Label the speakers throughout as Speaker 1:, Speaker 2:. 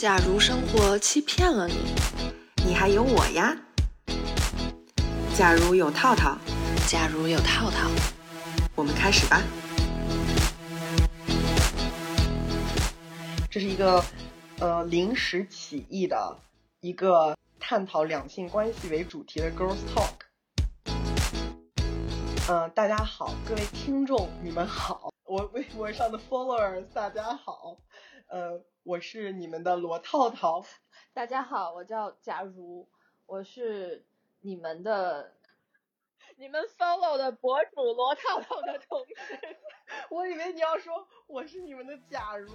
Speaker 1: 假如生活欺骗了你，
Speaker 2: 你还有我呀。假如有套套，
Speaker 1: 假如有套套，
Speaker 2: 我们开始吧。这是一个临时起意的一个探讨两性关系为主题的 Girls Talk。大家好，各位听众，你们好，我微博上的 followers 大家好，我是你们的罗套套。
Speaker 3: 大家好，我叫假如，我是你们 follow 的博主罗套套的同事。
Speaker 2: 我以为你要说我是你们的假如。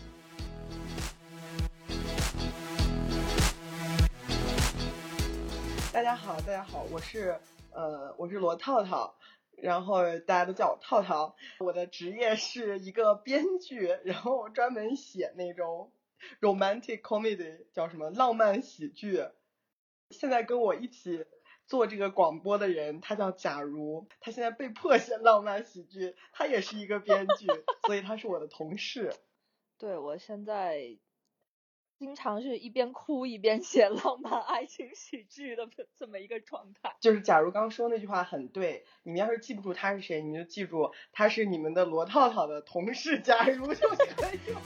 Speaker 2: 大家好，我是罗套套，然后大家都叫我套套。我的职业是一个编剧，然后我专门写那种 romantic comedy， 叫什么浪漫喜剧。现在跟我一起做这个广播的人，他叫假如，他现在被迫写浪漫喜剧，他也是一个编剧，所以他是我的同事。
Speaker 3: 对，我现在经常是一边哭一边写浪漫爱情喜剧的这么一个状态。
Speaker 2: 就是假如刚说那句话很对，你们要是记不住他是谁，你们就记住他是你们的罗套套的同事假如就可以了。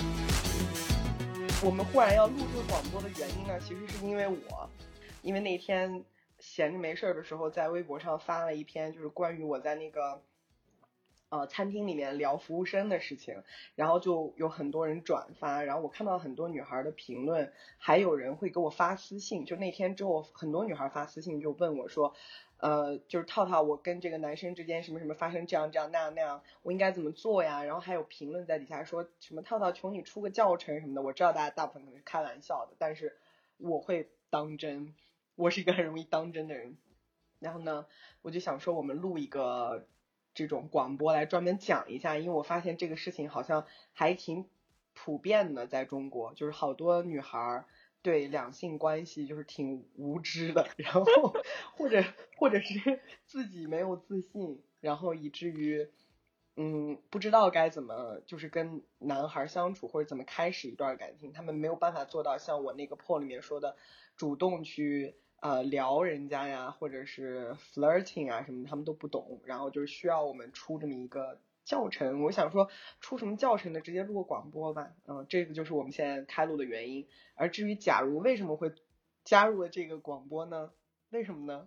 Speaker 2: 我们忽然要录这个广播的原因呢，其实是因为那天闲着没事的时候，在微博上发了一篇就是关于我在那个餐厅里面聊服务生的事情，然后就有很多人转发，然后我看到很多女孩的评论，还有人会给我发私信，就那天之后很多女孩发私信就问我说就是套套，我跟这个男生之间什么什么发生这样那样，我应该怎么做呀？然后还有评论在底下说什么套套求你出个教程什么的。我知道大家大部分可能是开玩笑的，但是我会当真，我是一个很容易当真的人。然后呢，我就想说我们录一个这种广播来专门讲一下，因为我发现这个事情好像还挺普遍的，在中国就是好多女孩对两性关系就是挺无知的，然后或者是自己没有自信，然后以至于不知道该怎么就是跟男孩相处，或者怎么开始一段感情，他们没有办法做到像我那个 poll 里面说的主动去聊人家呀，或者是 flirting 啊什么的，他们都不懂，然后就是需要我们出这么一个教程。我想说出什么教程呢，直接录个广播吧。这个就是我们现在开录的原因。而至于假如为什么会加入了这个广播呢？为什么呢？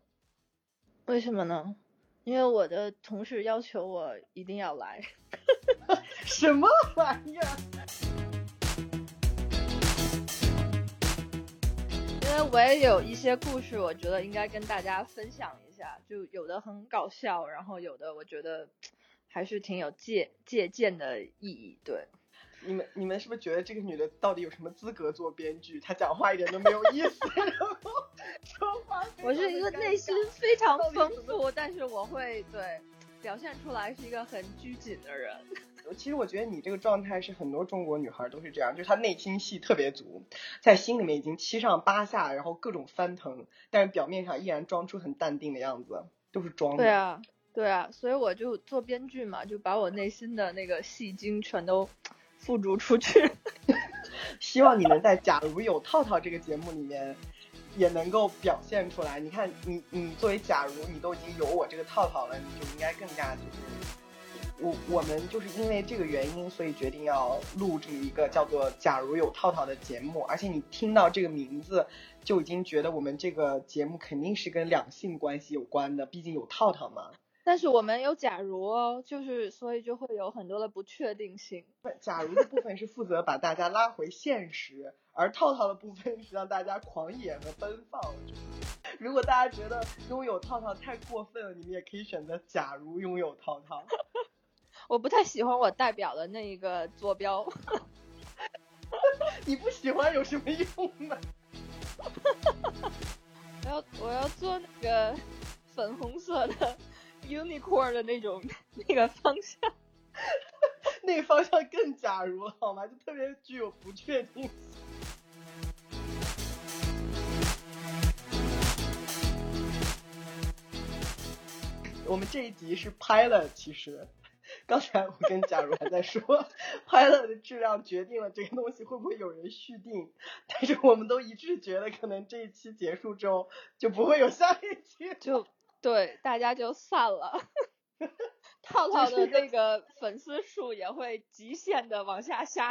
Speaker 3: 因为我的同事要求我一定要来。
Speaker 2: 什么玩意儿？
Speaker 3: 因为我也有一些故事，我觉得应该跟大家分享一下，就有的很搞笑，然后有的我觉得还是挺有借鉴的意义。对，
Speaker 2: 你们是不是觉得这个女的到底有什么资格做编剧？她讲话一点都没有意思。然后说话
Speaker 3: 我是一个内心非常丰富，但是我会表现出来是一个很拘谨的人。
Speaker 2: 其实我觉得你这个状态是很多中国女孩都是这样，就是她内心戏特别足，在心里面已经七上八下，然后各种翻腾，但是表面上依然装出很淡定的样子，都是装的。
Speaker 3: 对啊，所以我就做编剧嘛，就把我内心的那个戏精全都付诸出去。
Speaker 2: 希望你能在假如有套套这个节目里面也能够表现出来。你看你作为假如，你都已经有我这个套套了，你就应该更加就是我们就是因为这个原因，所以决定要录这么一个叫做假如有套套的节目。而且你听到这个名字就已经觉得我们这个节目肯定是跟两性关系有关的，毕竟有套套嘛。
Speaker 3: 但是我们有假如哦，就是所以就会有很多的不确定性。
Speaker 2: 假如的部分是负责把大家拉回现实，而套套的部分是让大家狂野和奔放。如果大家觉得拥有套套太过分了，你们也可以选择假如拥有套套。
Speaker 3: 我不太喜欢我代表的那一个坐标。
Speaker 2: 你不喜欢有什么用呢？
Speaker 3: 我要做那个粉红色的 unicorn 的那个方向。
Speaker 2: 那个方向更假如好吗？就特别具有不确定性。我们这一集是拍了，其实刚才我跟假如还在说，快乐的质量决定了这个东西会不会有人续订，但是我们都一致觉得，可能这一期结束之后就不会有下一期，
Speaker 3: 就对大家就散了。套套的那个粉丝数也会极限的往下降。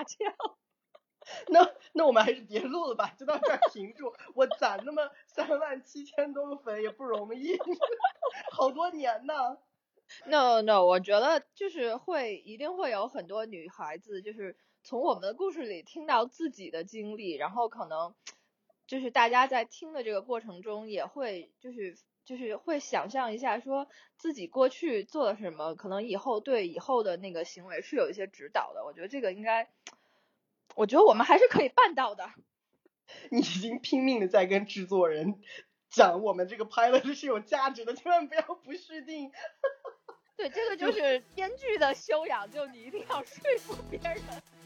Speaker 2: 那我们还是别录了吧，就到这儿停住。我攒那么37000多个粉也不容易，好多年呢。
Speaker 3: No， 我觉得就是一定会有很多女孩子，就是从我们的故事里听到自己的经历，然后可能就是大家在听的这个过程中也会就是会想象一下，说自己过去做了什么，可能以后对以后的那个行为是有一些指导的。我觉得这个应该，我觉得我们还是可以办到的。
Speaker 2: 你已经拼命的在跟制作人讲，我们这个拍了是有价值的，千万不要不续订。
Speaker 3: 对，这个就是编剧的修养，就你一定要说服别人。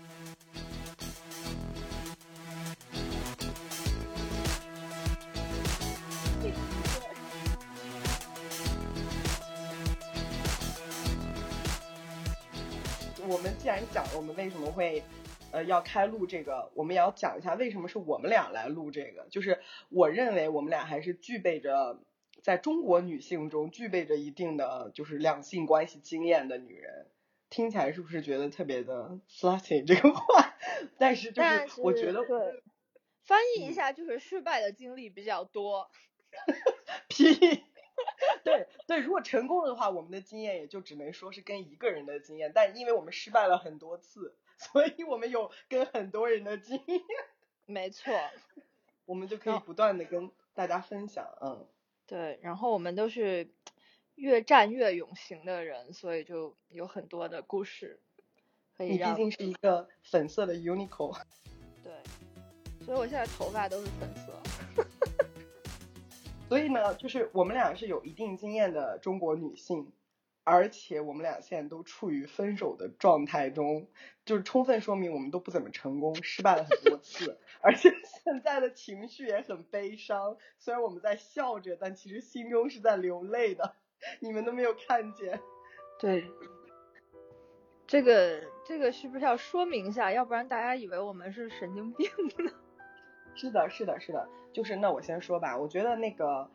Speaker 2: 我们既然讲了我们为什么会要开录这个，我们也要讲一下为什么是我们俩来录这个。就是我认为我们俩还是具备着在中国女性中具备着一定的就是两性关系经验的女人。听起来是不是觉得特别的 slutty 这个话？但是就是我觉得
Speaker 3: 对，翻译一下就是失败的经历比较多。
Speaker 2: 屁。对，如果成功的话，我们的经验也就只能说是跟一个人的经验，但因为我们失败了很多次，所以我们有跟很多人的经验。
Speaker 3: 没错，
Speaker 2: 我们就可以不断的跟大家分享。
Speaker 3: 对，然后我们都是越战越勇型的人，所以就有很多的故事可以让。
Speaker 2: 你毕竟是一个粉色的 unicorn。
Speaker 3: 对，所以我现在头发都是粉色。
Speaker 2: 所以呢，就是我们俩是有一定经验的中国女性，而且我们俩现在都处于分手的状态中，就是充分说明我们都不怎么成功，失败了很多次，而且现在的情绪也很悲伤。虽然我们在笑着，但其实心中是在流泪的，你们都没有看见。
Speaker 3: 对，这个是不是要说明一下？要不然大家以为我们是神经病呢。
Speaker 2: 是的，就是那我先说吧，我觉得那个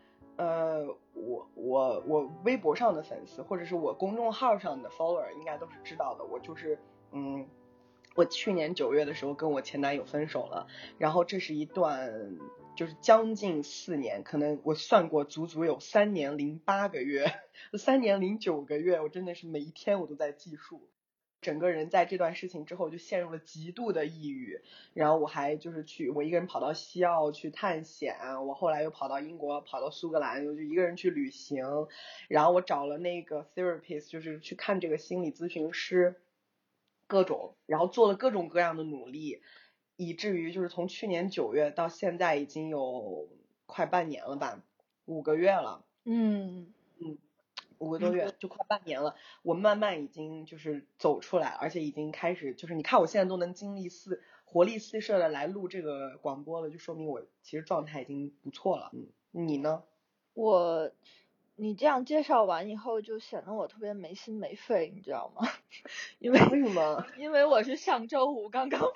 Speaker 2: 我微博上的粉丝或者是我公众号上的 follower 应该都是知道的，我就是我去年9月的时候跟我前男友分手了，然后这是一段就是将近4年，可能我算过足足有3年08个月3年09个月，我真的是每一天我都在计数。整个人在这段事情之后就陷入了极度的抑郁，然后我还就是我一个人跑到西澳去探险，我后来又跑到英国，跑到苏格兰，又就一个人去旅行，然后我找了那个 therapist， 就是去看这个心理咨询师，各种，然后做了各种各样的努力，以至于就是从去年9月到现在已经有快半年了吧，5个月了。5个多月，就快半年了，我慢慢已经就是走出来，而且已经开始就是你看我现在都能活力四射的来录这个广播了，就说明我其实状态已经不错了。你呢？
Speaker 3: 你这样介绍完以后就显得我特别没心没肺，你知道吗？
Speaker 2: 为什么？
Speaker 3: 因为我是上周五刚刚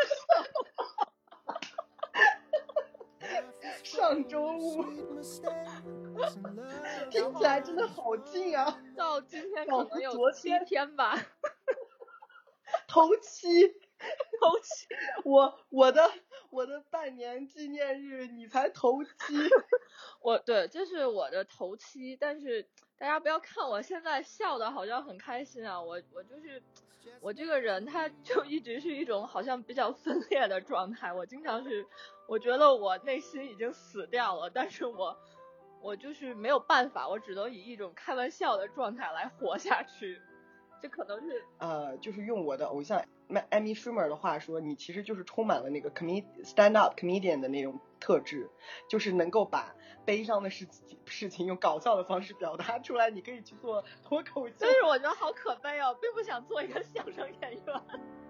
Speaker 2: 上周五听起来真的好近啊，
Speaker 3: 到今天可能有7天吧。
Speaker 2: 头七，我的半年纪念日你才头七。
Speaker 3: 对，这是我的头七，但是大家不要看我现在笑的好像很开心啊，我就是我这个人他就一直是一种好像比较分裂的状态，我经常是我觉得我内心已经死掉了，但是我就是没有办法，我只能以一种开玩笑的状态来活下去。这可能是
Speaker 2: 就是用我的偶像Amy Schumer 的话说，你其实就是充满了那个 stand up comedian 的那种特质，就是能够把悲伤的事情用搞笑的方式表达出来，你可以去做脱口秀。
Speaker 3: 但是我觉得好可悲哦，并不想做一个相声演员。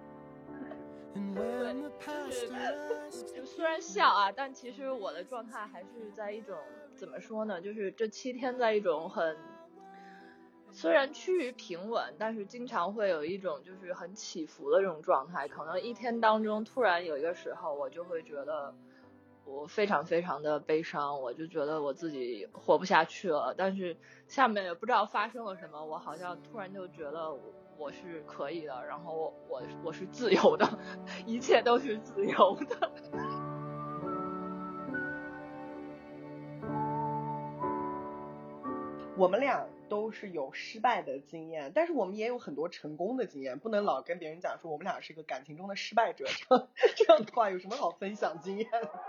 Speaker 3: 对，就虽然笑啊，但其实我的状态还是在一种怎么说呢，就是这7天在一种很虽然趋于平稳，但是经常会有一种就是很起伏的这种状态，可能一天当中突然有一个时候，我就会觉得我非常非常的悲伤，我就觉得我自己活不下去了，但是下面也不知道发生了什么，我好像突然就觉得我是可以的，然后我是自由的，一切都是自由的。
Speaker 2: 我们俩都是有失败的经验，但是我们也有很多成功的经验，不能老跟别人讲说我们俩是一个感情中的失败者，这样的话有什么好分享经验的？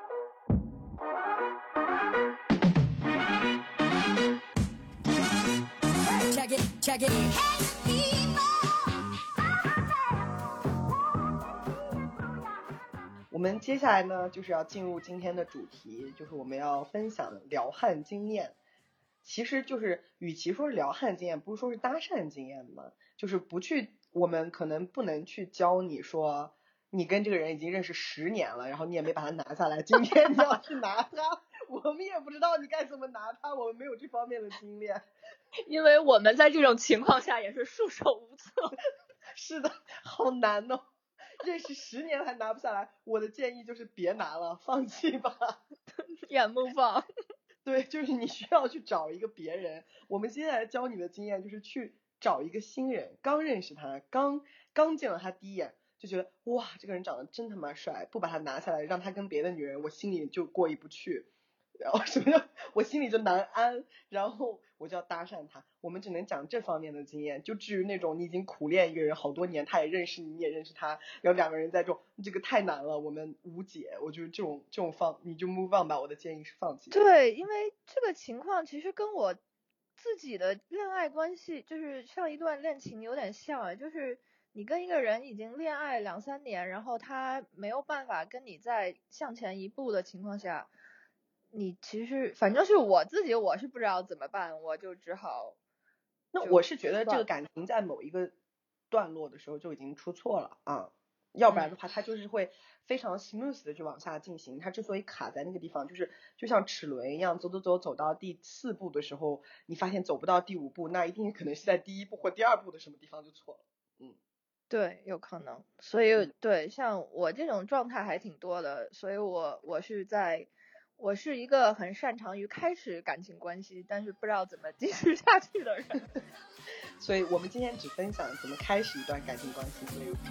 Speaker 2: 我们接下来呢，就是要进入今天的主题，就是我们要分享撩汉经验。其实就是与其说是撩汉经验，不如说是搭讪经验嘛，就是不去，我们可能不能去教你说你跟这个人已经认识10年了，然后你也没把他拿下来，今天你要去拿他，我们也不知道你该怎么拿他，我们没有这方面的经验，
Speaker 3: 因为我们在这种情况下也是束手无策。
Speaker 2: 是的，好难哦，认识10年还拿不下来，我的建议就是别拿了，放弃吧。
Speaker 3: 眼目放。
Speaker 2: 对，就是你需要去找一个别人。我们接下来教你的经验就是去找一个新人，刚认识他，刚见了他第一眼，就觉得哇，这个人长得真他妈帅，不把他拿下来，让他跟别的女人，我心里就过意不去。然后什么叫我心里就难安，然后我就要搭讪他。我们只能讲这方面的经验，就至于那种你已经苦练一个人好多年，他也认识你，你也认识他，然后2个人在这个太难了，我们无解。我觉得这种你就 move on 吧。我的建议是放弃。
Speaker 3: 对，因为这个情况其实跟我自己的恋爱关系，就是上一段恋情有点像啊，就是你跟一个人已经恋爱2、3年，然后他没有办法跟你再向前一步的情况下，你其实反正是我自己，我是不知道怎么办，我就只好。
Speaker 2: 那我是觉得这个感情在某一个段落的时候就已经出错了啊，要不然的话它就是会非常 smooth 的就往下进行。它之所以卡在那个地方，就是就像齿轮一样，走到第4步的时候，你发现走不到第5步，那一定可能是在第1步或第2步的什么地方就错了。
Speaker 3: 对，有可能。所以对，像我这种状态还挺多的，所以我是一个很擅长于开始感情关系，但是不知道怎么继续下去的人。
Speaker 2: 所以我们今天只分享怎么开始一段感情关系。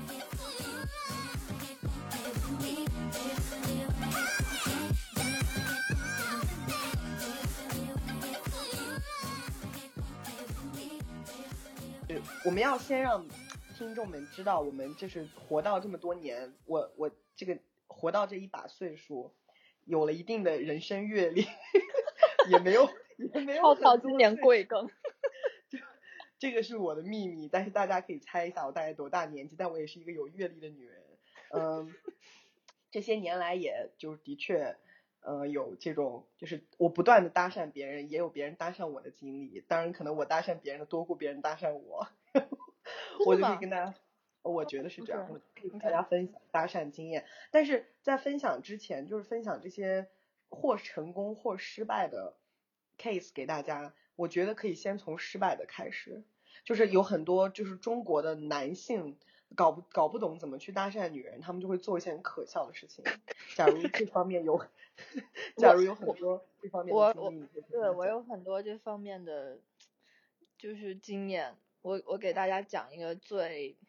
Speaker 2: 我们要先让听众们知道，我们就是活到这么多年，我这个活到这一把岁数，有了一定的人生阅历，也没有
Speaker 3: 浩浩今年贵庚？
Speaker 2: 这个是我的秘密，但是大家可以猜一下我大概多大年纪，但我也是一个有阅历的女人。这些年来也就是的确有这种，就是我不断的搭讪别人，也有别人搭讪我的经历，当然可能我搭讪别人的多过别人搭讪我。我就可以跟大家，我觉得是这样，我可以跟大家分享搭讪经验。但是在分享之前，就是分享这些或成功或失败的 case 给大家，我觉得可以先从失败的开始。就是有很多就是中国的男性搞不懂怎么去搭讪女人，他们就会做一些很可笑的事情。假如这方面有假如有很多这方面的经历，
Speaker 3: 对，我有很多这方面的就是经验。我给大家讲一个最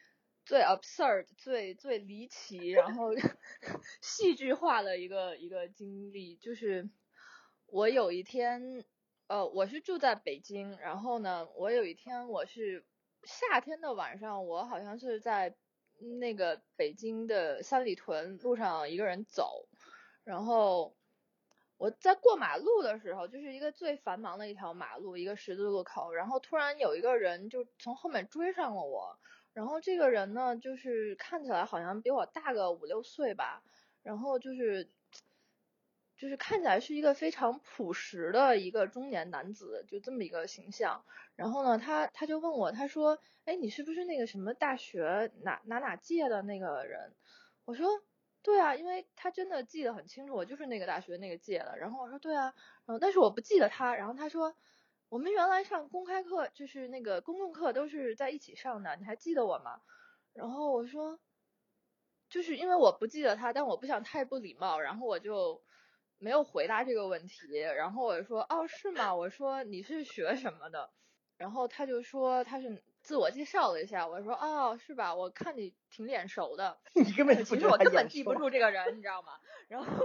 Speaker 3: absurd 最离奇然后戏剧化的一个经历，就是我有一天我是住在北京，然后呢我有一天我是夏天的晚上，我好像是在那个北京的三里屯路上一个人走，然后我在过马路的时候，就是一个最繁忙的一条马路，一个十字路口，然后突然有一个人就从后面追上了我，然后这个人呢，就是看起来好像比我大个5、6岁吧，然后就是看起来是一个非常朴实的一个中年男子，就这么一个形象。然后呢，他就问我，他说：“哎，你是不是那个什么大学哪届的那个人？”我说：“对啊，因为他真的记得很清楚，我就是那个大学那个届的。”然后我说：“对啊，但是我不记得他。”然后他说：“ 我们原来上公开课，就是那个公共课都是在一起上的，你还记得我吗？然后我说，就是因为我不记得他，但我不想太不礼貌，然后我就没有回答这个问题。然后我说，哦，是吗？我说你是学什么的？然后他就说他是自我介绍了一下，我说，哦，是吧？我看你挺脸熟的。
Speaker 2: 你根本
Speaker 3: 其实我根本记不住这个人，你知道吗？然后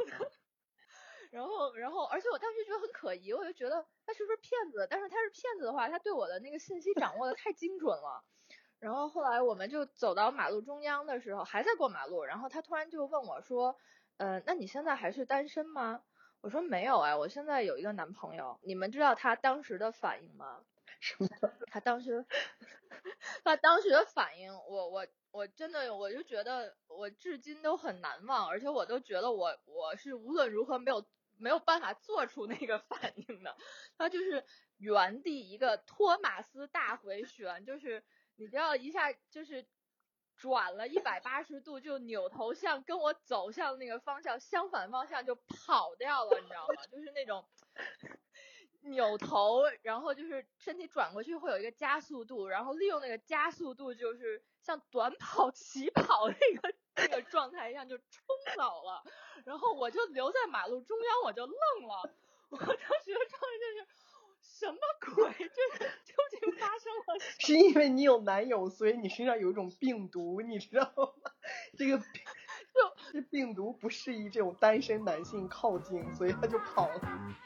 Speaker 3: 而且我当时觉得很可疑，我就觉得他是不是骗子？但是他是骗子的话，他对我的那个信息掌握的太精准了。然后后来我们就走到马路中央的时候，还在过马路，然后他突然就问我说，那你现在还是单身吗？我说没有哎，我现在有一个男朋友。你们知道他当时的反应吗？
Speaker 2: 什么？
Speaker 3: 他当时的反应，我真的我就觉得我至今都很难忘，而且我都觉得我是无论如何没有办法做出那个反应的。他就是原地一个托马斯大回旋，就是你知道一下就是转了180度，就扭头向跟我走向那个方向相反方向就跑掉了，你知道吗？就是那种扭头，然后就是身体转过去会有一个加速度，然后利用那个加速度就是像短跑起跑那个状态一样就冲走了，然后我就留在马路中央，我就愣了，我当时的状态就是什么鬼？这究竟发生了什么？
Speaker 2: 是因为你有男友，所以你身上有一种病毒，你知道吗？这个病毒不适宜这种单身男性靠近，所以他就跑了。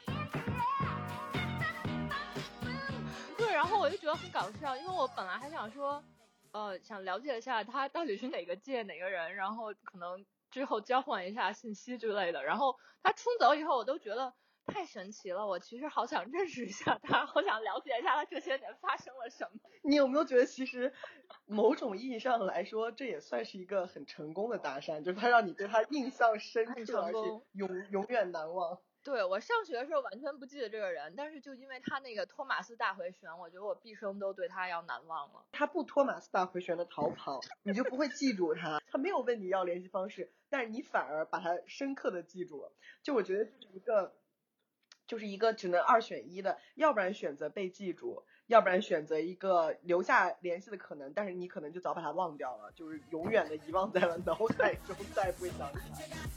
Speaker 3: 对，然后我就觉得很搞笑，因为我本来还想说，想了解一下他到底是哪个界哪个人，然后可能之后交换一下信息之类的。然后他冲走以后，我都觉得太神奇了，我其实好想认识一下他，好想了解一下他这些年发生了什么。
Speaker 2: 你有没有觉得其实某种意义上来说，这也算是一个很成功的搭讪，就是他让你对他印象深刻，而且永远难忘。
Speaker 3: 对，我上学的时候完全不记得这个人，但是就因为他那个托马斯大回旋，我觉得我毕生都对他要难忘了。
Speaker 2: 他不托马斯大回旋的逃跑，你就不会记住他。他没有问你要联系方式，但是你反而把他深刻的记住了。就我觉得就是一个只能二选一的，要不然选择被记住，要不然选择一个留下联系的可能，但是你可能就早把他忘掉了，就是永远的遗忘在了脑海中，再也不会想起来。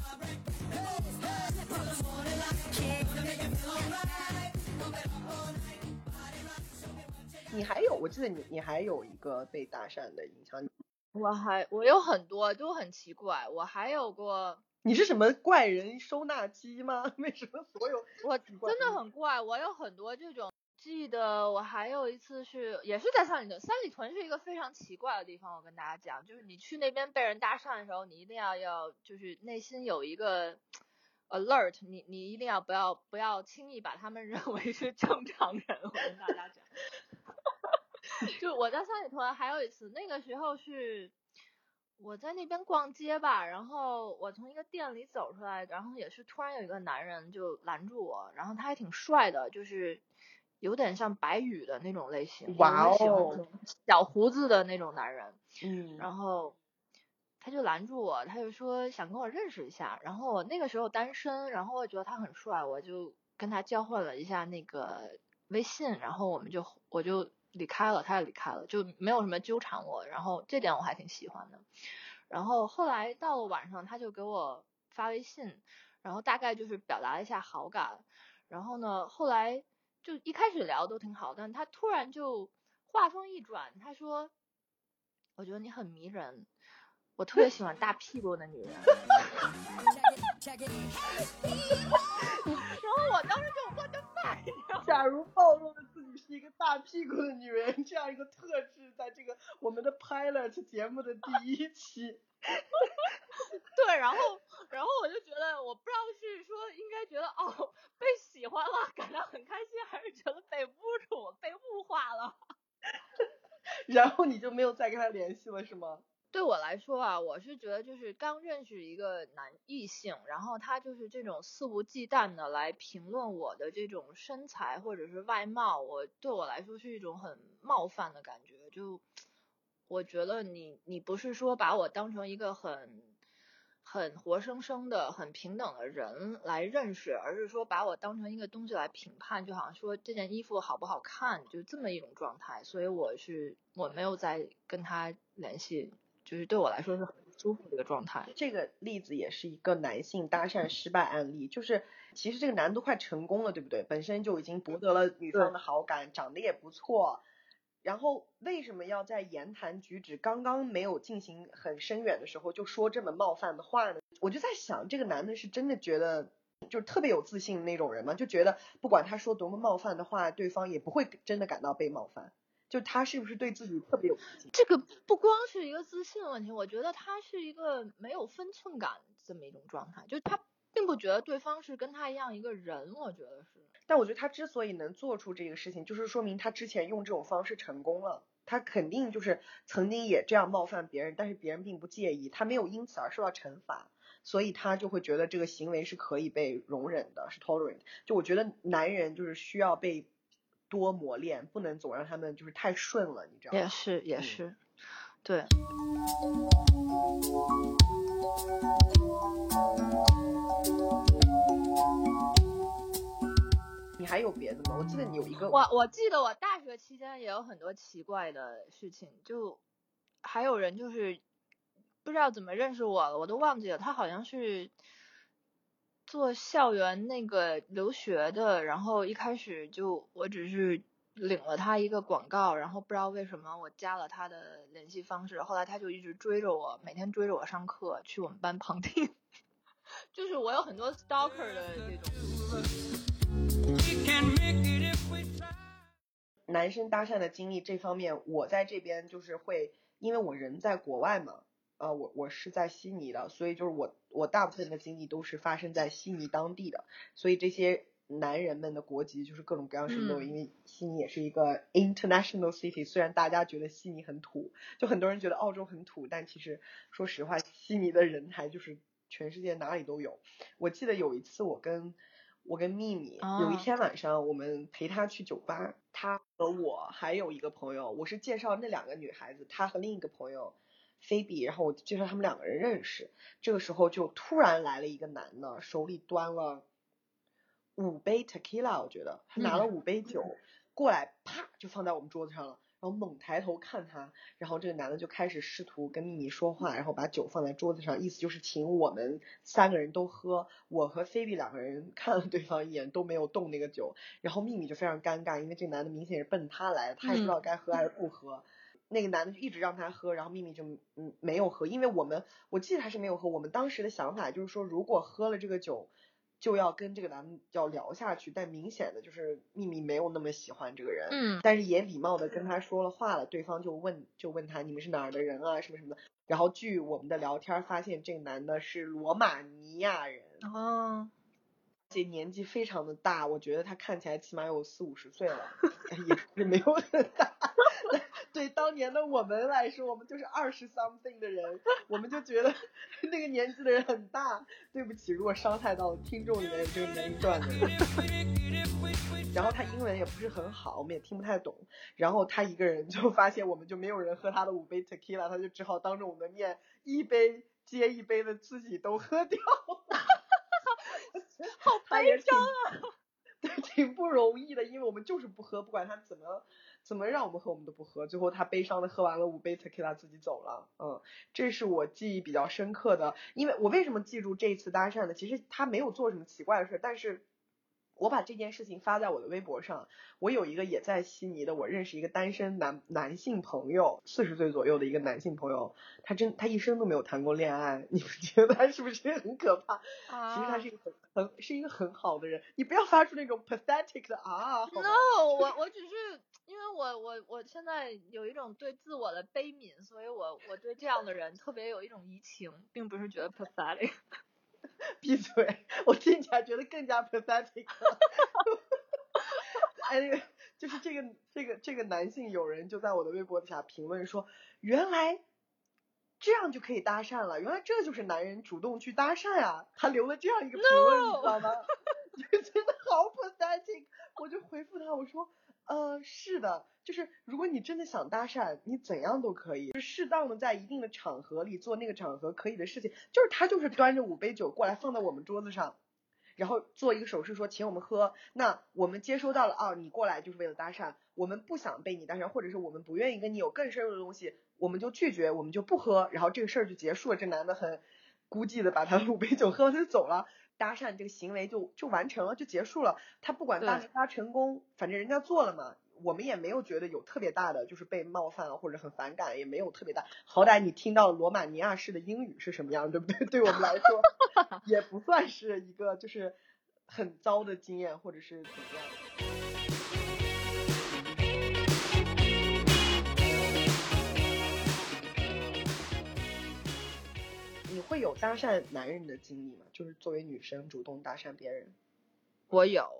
Speaker 2: 你还有，我记得你还有一个被搭讪的印象。
Speaker 3: 我有很多都很奇怪，我还有过。
Speaker 2: 你是什么怪人收纳机吗？为什么所有
Speaker 3: 我真的很怪，我有很多这种。记得我还有一次也是在三里屯，三里屯是一个非常奇怪的地方。我跟大家讲，就是你去那边被人搭讪的时候，你一定要就是内心有一个 alert， 你一定要不要轻易把他们认为是正常人。我跟大家讲，就我在三里屯还有一次，那个时候是我在那边逛街吧，然后我从一个店里走出来，然后也是突然有一个男人就拦住我，然后他还挺帅的，就是有点像白宇的那种类型，我很喜欢这种小胡子的那种男人。然后他就拦住我，他就说想跟我认识一下，然后我那个时候单身，然后我觉得他很帅，我就跟他交换了一下那个微信，然后我就离开了，他也离开了，就没有什么纠缠我，然后这点我还挺喜欢的。然后后来到了晚上，他就给我发微信，然后大概就是表达了一下好感。然后呢，后来就一开始聊都挺好，但他突然就话锋一转，他说：“我觉得你很迷人，我特别喜欢大屁股的女人。”然后我当时就 what the fuck。
Speaker 2: 假如暴露了自己是一个大屁股的女人，这样一个特质，在这个我们的 pilot 节目的第1期。
Speaker 3: 对，然后我就觉得，我不知道是说应该觉得被喜欢了，感到很开心，还是觉得被侮辱、被物化了。
Speaker 2: 然后你就没有再跟他联系了，是吗？
Speaker 3: 对我来说啊，我是觉得就是刚认识一个异性，然后他就是这种肆无忌惮的来评论我的这种身材或者是外貌，对我来说是一种很冒犯的感觉。就我觉得你不是说把我当成一个很很活生生的、很平等的人来认识，而是说把我当成一个东西来评判，就好像说这件衣服好不好看，就这么一种状态。所以我没有再跟他联系，就是对我来说是很舒服的一个状态。
Speaker 2: 这个例子也是一个男性搭讪失败案例，就是其实这个男的都快成功了，对不对？本身就已经博得了女方的好感，长得也不错。然后为什么要在言谈举止刚刚没有进行很深远的时候就说这么冒犯的话呢？我就在想，这个男的是真的觉得就是特别有自信的那种人吗？就觉得不管他说多么冒犯的话，对方也不会真的感到被冒犯，就他是不是对自己特别有自信？
Speaker 3: 这个不光是一个自信问题，我觉得他是一个没有分寸感这么一种状态，就他并不觉得对方是跟他一样一个人，我觉得是。
Speaker 2: 但我觉得他之所以能做出这个事情，就是说明他之前用这种方式成功了。他肯定就是曾经也这样冒犯别人，但是别人并不介意，他没有因此而受到惩罚，所以他就会觉得这个行为是可以被容忍的，是 tolerant。就我觉得男人就是需要被多磨练，不能总让他们就是太顺了，你知道吗？
Speaker 3: 也是，对。
Speaker 2: 你还有别的吗？我记得你有一个，
Speaker 3: 我记得我大学期间也有很多奇怪的事情，就还有人就是不知道怎么认识我了，我都忘记了，他好像是做校园那个留学的，然后一开始就我只是领了他一个广告，然后不知道为什么我加了他的联系方式，后来他就一直追着我，每天追着我上课，去我们班旁听，就是我有很多 stalker 的这种。
Speaker 2: 男生搭讪的经历这方面，我在这边就是会，因为我人在国外嘛，我是在悉尼的，所以就是我大部分的经历都是发生在悉尼当地的，所以这些男人们的国籍就是各种各样什么都有，因为悉尼也是一个 international city， 虽然大家觉得悉尼很土，就很多人觉得澳洲很土，但其实说实话，悉尼的人还就是全世界哪里都有。我记得有一次我跟秘密有一天晚上，我们陪他去酒吧，他和我还有一个朋友，我是介绍那两个女孩子，他和另一个朋友菲比，然后我介绍他们两个人认识。这个时候就突然来了一个男的，手里端了5杯 tequila， 我觉得他拿了5杯酒过来，啪就放在我们桌子上了。然后猛抬头看他，然后这个男的就开始试图跟秘密说话，然后把酒放在桌子上，意思就是请我们3个人都喝。我和菲比2个人看了对方一眼，都没有动那个酒。然后秘密就非常尴尬，因为这个男的明显是奔他来的，他也不知道该喝还是不喝。那个男的就一直让他喝，然后秘密就没有喝，因为我记得他是没有喝。我们当时的想法就是说，如果喝了这个酒，就要跟这个男的要聊下去，但明显的就是秘密没有那么喜欢这个人，但是也礼貌的跟他说了话了，对方就问他你们是哪儿的人啊什么什么的，然后据我们的聊天发现这个男的是罗马尼亚人，而且年纪非常的大，我觉得他看起来起码有40-50岁了，也是没有很大。对当年的我们来说，我们就是20 something 的人，我们就觉得那个年纪的人很大。对不起，如果伤害到听众里面有这个年龄段的人。然后他英文也不是很好，我们也听不太懂。然后他一个人就发现我们就没有人喝他的5杯 tequila， 他就只好当着我们的面一杯接一杯的自己都喝掉。
Speaker 3: 好悲伤啊！
Speaker 2: 对，挺不容易的，因为我们就是不喝，不管他怎么让我们喝，我们都不喝。最后他悲伤的喝完了5杯 tequila 自己走了。这是我记忆比较深刻的。因为我为什么记住这一次搭讪呢？其实他没有做什么奇怪的事，但是我把这件事情发在我的微博上。我有一个也在悉尼的，我认识一个单身男性朋友，40岁左右的一个男性朋友，他一生都没有谈过恋爱，你们觉得他是不是很可怕？其实他是一个很好的人，你不要发出那种 pathetic 的好吗
Speaker 3: No， 我只是因为我现在有一种对自我的悲悯，所以我对这样的人特别有一种移情，并不是觉得 pathetic。
Speaker 2: 闭嘴！我听起来觉得更加 pathetic 了。哎，就是这个男性友人就在我的微博底下评论说，原来这样就可以搭讪了，原来这就是男人主动去搭讪啊！他留了这样一个评论，你知道吗？就真的好 pathetic。我就回复他，我说是的，就是如果你真的想搭讪，你怎样都可以，就是适当的在一定的场合里做那个场合可以的事情。就是他就是端着5杯酒过来放在我们桌子上，然后做一个手势说请我们喝。那我们接收到了啊，你过来就是为了搭讪，我们不想被你搭讪，或者是我们不愿意跟你有更深入的东西，我们就拒绝，我们就不喝，然后这个事儿就结束了。这男的很孤寂的把他5杯酒喝完就走了。搭讪这个行为就完成了，就结束了。他不管搭没搭成功，反正人家做了嘛，我们也没有觉得有特别大的就是被冒犯或者很反感，也没有特别大。好歹你听到罗马尼亚式的英语是什么样，对不对？对我们来说也不算是一个就是很糟的经验，或者是怎么样。你会有搭讪男人的经历吗？就是作为女生主动搭讪别人。
Speaker 3: 我有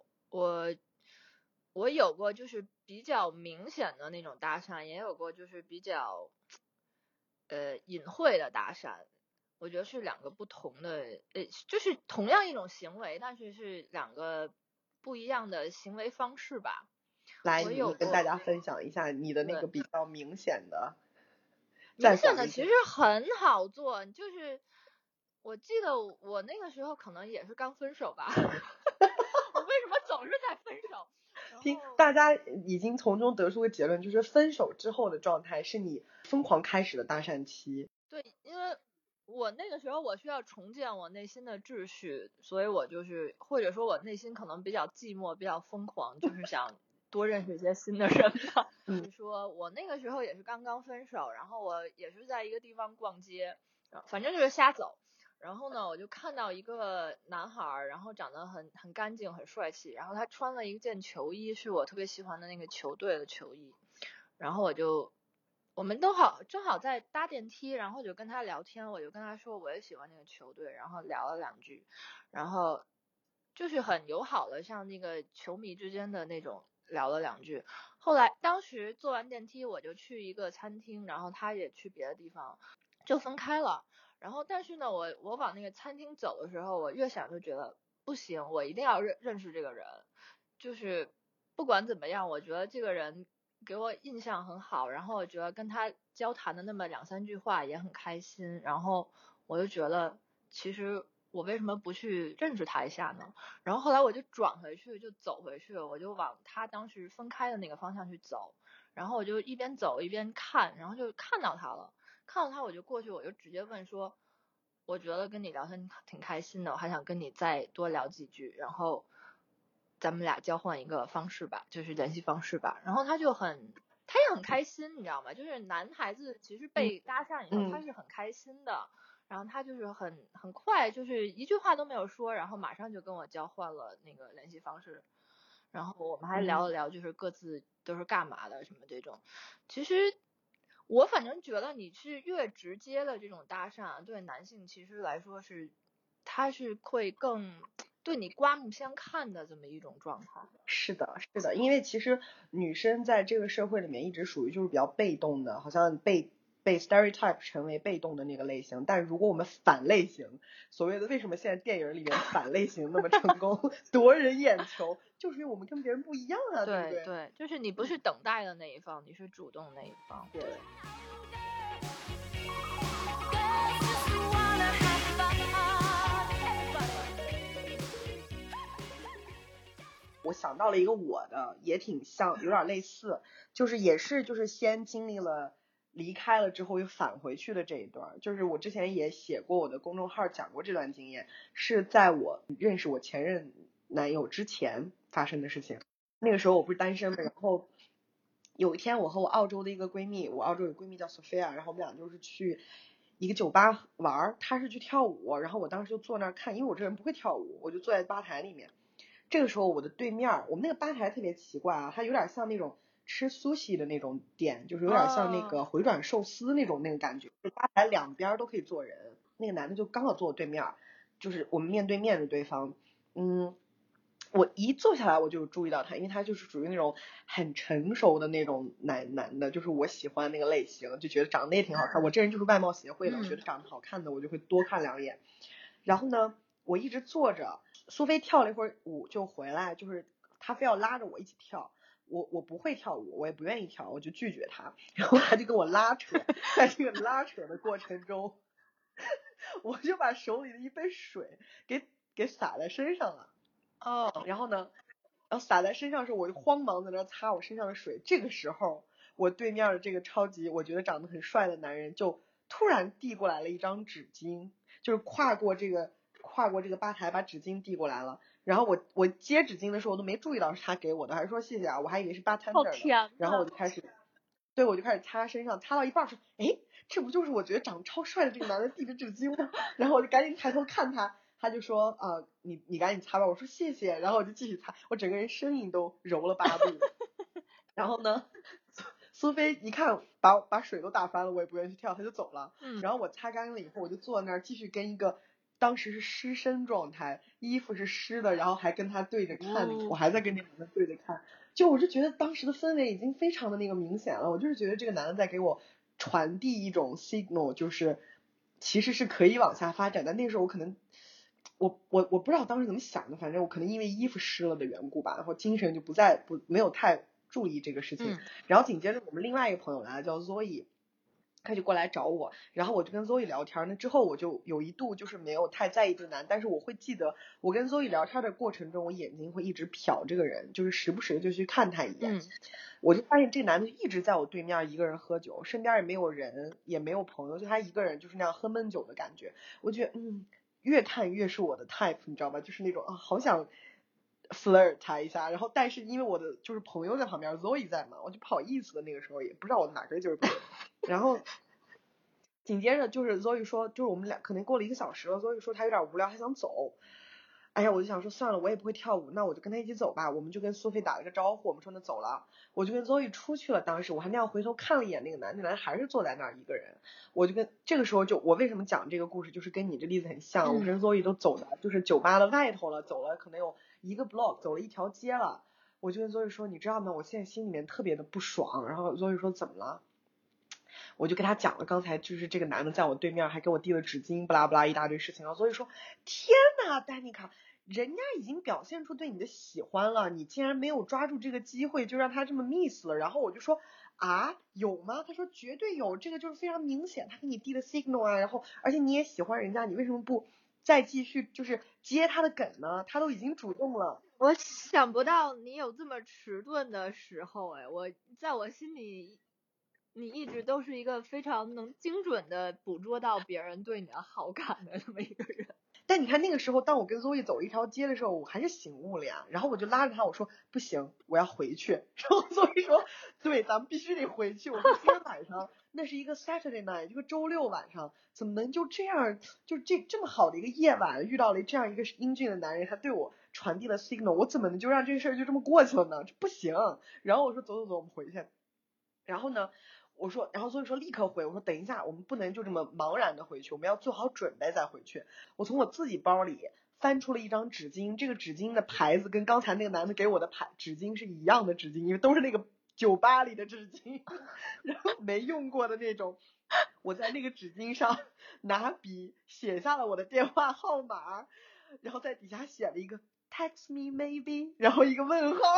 Speaker 3: 过就是比较明显的那种搭讪，也有过就是比较隐晦的搭讪。我觉得是2个不同的，就是同样一种行为，但是是2个不一样的行为方式吧。
Speaker 2: 来，你跟大家分享一下你的那个比较明显的。
Speaker 3: 明显的其实很好做，就是我记得我那个时候可能也是刚分手吧。我为什么总是在分手？
Speaker 2: 听大家已经从中得出个结论，就是分手之后的状态是你疯狂开始的搭讪期。
Speaker 3: 对，因为我那个时候我需要重建我内心的秩序，所以我就是或者说我内心可能比较寂寞，比较疯狂，就是想多认识一些新的人吧。就是说我那个时候也是刚刚分手，然后我也是在一个地方逛街，反正就是瞎走。然后呢，我就看到一个男孩，然后长得很干净，很帅气，然后他穿了一件球衣，是我特别喜欢的那个球队的球衣。然后我们正好在搭电梯，然后就跟他聊天，我就跟他说我也喜欢那个球队，然后聊了2句，然后就是很友好的像那个球迷之间的那种聊了2句。后来当时坐完电梯我就去一个餐厅，然后他也去别的地方，就分开了。然后但是呢，我往那个餐厅走的时候，我越想就觉得不行，我一定要认识这个人，就是不管怎么样，我觉得这个人给我印象很好，然后我觉得跟他交谈的那么2、3句话也很开心，然后我就觉得其实我为什么不去认识他一下呢？然后后来我就转回去，就走回去，我就往他当时分开的那个方向去走，然后我就一边走一边看，然后就看到他了。看到他我就过去，我就直接问说，我觉得跟你聊天挺开心的，我还想跟你再多聊几句，然后咱们俩交换一个方式吧，就是联系方式吧。然后他也很开心，你知道吗？就是男孩子其实被搭讪以后他是很开心的，然后他就是很快，就是一句话都没有说，然后马上就跟我交换了那个联系方式。然后我们还聊了聊，就是各自都是干嘛的什么这种。其实我反正觉得你是越直接的这种搭讪，对男性其实来说他是会更对你刮目相看的这么一种状态。
Speaker 2: 是的，因为其实女生在这个社会里面一直属于就是比较被动的，好像被 stereotype 成为被动的那个类型。但如果我们反类型，所谓的为什么现在电影里面反类型那么成功夺人眼球，就是因为我们跟别人不一样啊，对不对？
Speaker 3: 对，就是你不是等待的那一方，你是主动的那一方。
Speaker 2: 对。我想到了一个我的，也挺像，有点类似，就是也是就是先经历了离开了之后又返回去的这一段，就是我之前也写过我的公众号讲过这段经验，是在我认识我前任男友之前发生的事情。那个时候我不是单身嘛，然后有一天我和我澳洲的一个闺蜜，我澳洲有闺蜜叫 Sophia， 然后我们俩就是去一个酒吧玩，她是去跳舞，然后我当时就坐那儿看，因为我这人不会跳舞，我就坐在吧台里面。这个时候我的对面，我们那个吧台特别奇怪啊，它有点像那种吃 sushi 的那种店，就是有点像那个回转寿司那种感觉，吧台两边都可以坐人。那个男的就刚好坐我对面，就是我们面对面的对方。我一坐下来我就注意到他，因为他就是属于那种很成熟的那种男的，就是我喜欢那个类型，就觉得长得也挺好看。我这人就是外貌协会的，我觉得长得好看的我就会多看2眼。然后呢，我一直坐着，苏菲跳了一会儿舞就回来，就是她非要拉着我一起跳。 我不会跳舞，我也不愿意跳，我就拒绝他，然后他就跟我拉扯，在这个拉扯的过程中，我就把手里的一杯水给洒在身上了。然后呢，然后洒在身上的时候，我就慌忙在那擦我身上的水。这个时候，我对面的这个超级我觉得长得很帅的男人就突然递过来了一张纸巾，就是跨过这个吧台把纸巾递过来了。然后我接纸巾的时候我都没注意到是他给我的，还是说谢谢啊，我还以为是 bartender 的。然后我就开始擦身上，擦到一半说，哎，这不就是我觉得长得超帅的这个男的递的纸巾吗？然后我就赶紧抬头看他。他就说你赶紧擦吧，我说谢谢，然后我就继续擦，我整个人身影都柔了8度。然后呢，苏菲一看把水都打翻了，我也不愿意去跳，他就走了。然后我擦干了以后，我就坐那儿继续跟一个当时是湿身状态，衣服是湿的，然后还跟他对着看，我还在跟这个男的对着看。就我就觉得当时的氛围已经非常的那个明显了，我就是觉得这个男的在给我传递一种 signal， 就是其实是可以往下发展的。那时候我可能我不知道当时怎么想的，反正我可能因为衣服湿了的缘故吧，然后精神就没有太注意这个事情。然后紧接着我们另外一个朋友来了，叫 Zoe， 他就过来找我，然后我就跟 Zoe 聊天。那之后我就有一度就是没有太在意这个男，但是我会记得我跟 Zoe 聊天的过程中，我眼睛会一直瞟这个人，就是时不时的就去看他一眼。我就发现这个男的一直在我对面一个人喝酒，身边也没有人，也没有朋友，就他一个人就是那样喝闷酒的感觉。我觉得越看越是我的 type， 你知道吧？就是那种好想 flirt 他一下。然后但是因为我的就是朋友在旁边 Zoe 在嘛，我就不好意思的，那个时候也不知道我哪根筋不对。然后紧接着就是 Zoe 说，就是我们俩可能过了1个小时了， Zoe 说他有点无聊，他想走。哎呀，我就想说算了，我也不会跳舞，那我就跟他一起走吧。我们就跟苏菲打了个招呼，我们说那走了。我就跟 Zoe 出去了。当时我还那样回头看了一眼那个男，那男还是坐在那儿一个人。我就跟这个时候就我为什么讲这个故事，就是跟你这例子很像。我跟 Zoe 都走的就是酒吧的外头了，走了可能有1个 block， 走了1条街了。我就跟 Zoe 说，你知道吗？我现在心里面特别的不爽。然后 Zoe 说怎么了？我就跟他讲了刚才就是这个男的在我对面还给我递了纸巾，不拉不拉一大堆事情。然后所以说天哪，丹妮卡，人家已经表现出对你的喜欢了，你竟然没有抓住这个机会就让他这么 miss 了。然后我就说有吗？他说绝对有，这个就是非常明显，他给你递的 signal 啊，然后而且你也喜欢人家，你为什么不再继续就是接他的梗呢？他都已经主动了。
Speaker 3: 我想不到你有这么迟钝的时候。我在我心里你一直都是一个非常能精准的捕捉到别人对你的好感的这么一个人。
Speaker 2: 但你看那个时候，当我跟 Zoe 走一条街的时候，我还是醒悟了呀。然后我就拉着他，我说不行，我要回去。然后 Zoe 说，对，咱们必须得回去。我说今天晚上那是一个 Saturday night， 一个周六晚上，怎么能就这样，就这么好的一个夜晚，遇到了这样一个英俊的男人，他对我传递了 signal， 我怎么能就让这事儿就这么过去了呢？这不行。然后我说走，我们回去。然后呢？然后所以说立刻回，我说等一下，我们不能就这么茫然的回去，我们要做好准备再回去。我从我自己包里翻出了一张纸巾，这个纸巾的牌子跟刚才那个男的给我的纸巾是一样的纸巾，因为都是那个酒吧里的纸巾，然后没用过的那种。我在那个纸巾上拿笔写下了我的电话号码，然后在底下写了一个 text me maybe， 然后一个问号。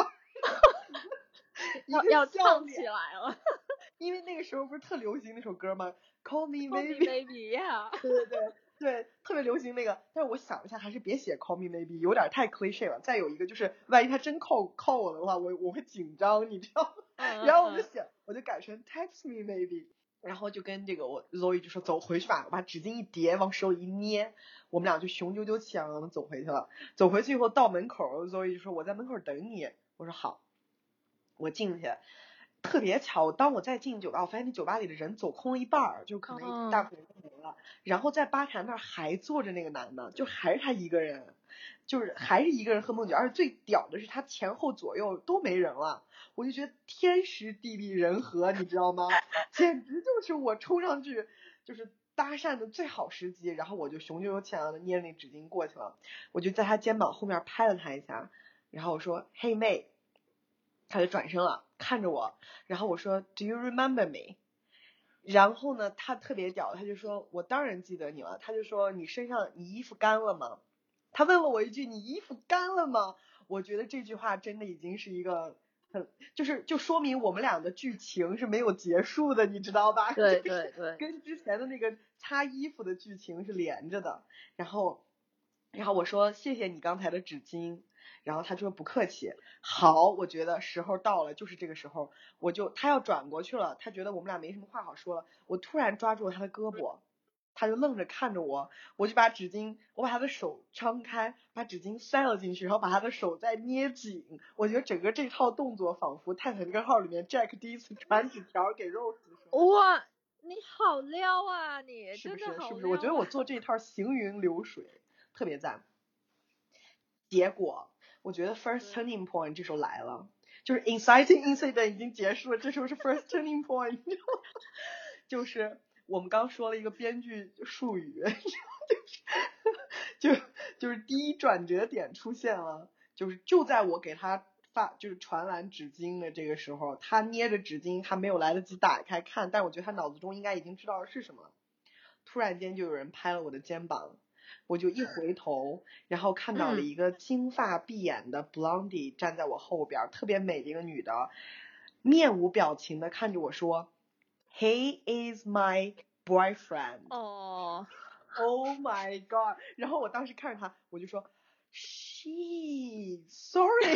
Speaker 3: 要唱起来了。
Speaker 2: 因为那个时候不是特流行那首歌吗 Call me
Speaker 3: maybe yeah。
Speaker 2: 对，特别流行那个。但是我想一下还是别写 Call me maybe， 有点太 cliché 了。再有一个就是万一他真 call 我的话，我会紧张，你知道吗？然后我就改成 text me maybe， 然后就跟这个我 Zoe 就说走回去吧，我把纸巾一叠往手里一捏，我们俩就雄赳赳气昂昂的走回去了。走回去以后到门口 Zoe 就说我在门口等你，我说好。我进去，特别巧，当我再进酒吧，我发现那酒吧里的人走空了一半，就可能大部分人都没了。然后在吧台那儿还坐着那个男的，就还是他一个人，就是还是一个人喝闷酒，而且最屌的是他前后左右都没人了。我就觉得天时地利人和，你知道吗？简直就是我冲上去就是搭讪的最好时机。然后我就雄赳赳气昂的捏着那纸巾过去了，我就在他肩膀后面拍了他一下，然后我说嘿妹。他就转身了，看着我，然后我说 Do you remember me？ 然后呢，他特别屌，他就说我当然记得你了。他就说你衣服干了吗？他问了我一句你衣服干了吗？我觉得这句话真的已经是一个就说明我们俩的剧情是没有结束的，你知道吧？
Speaker 3: 对对对，
Speaker 2: 跟之前的那个擦衣服的剧情是连着的。然后我说谢谢你刚才的纸巾，然后他说不客气。好，我觉得时候到了，就是这个时候，他要转过去了，他觉得我们俩没什么话好说了，我突然抓住了他的胳膊。他就愣着看着我，我就把他的手张开，把纸巾塞了进去，然后把他的手再捏紧。我觉得整个这套动作仿佛泰坦尼克号里面 Jack 第一次传纸条给 Rose 的时候。
Speaker 3: 哇，你好撩啊，你
Speaker 2: 是不是？
Speaker 3: 真的好撩啊，
Speaker 2: 是不是？我觉得我做这一套行云流水，特别赞。结果我觉得 first turning point 这时候来了，就是 inciting incident 已经结束了，这时候是 first turning point 就是我们刚说了一个编剧术语，就是第一转折点出现了，就在我给他传完纸巾的这个时候，他捏着纸巾还没有来得及打开看，但我觉得他脑子中应该已经知道是什么了。突然间就有人拍了我的肩膀，我就一回头，然后看到了一个金发碧眼的 blondie 站在我后边，特别美的一个女的，面无表情的看着我说 He is my boyfriend。
Speaker 3: 哦
Speaker 2: Oh my god。 然后我当时看着他，我就说 She sorry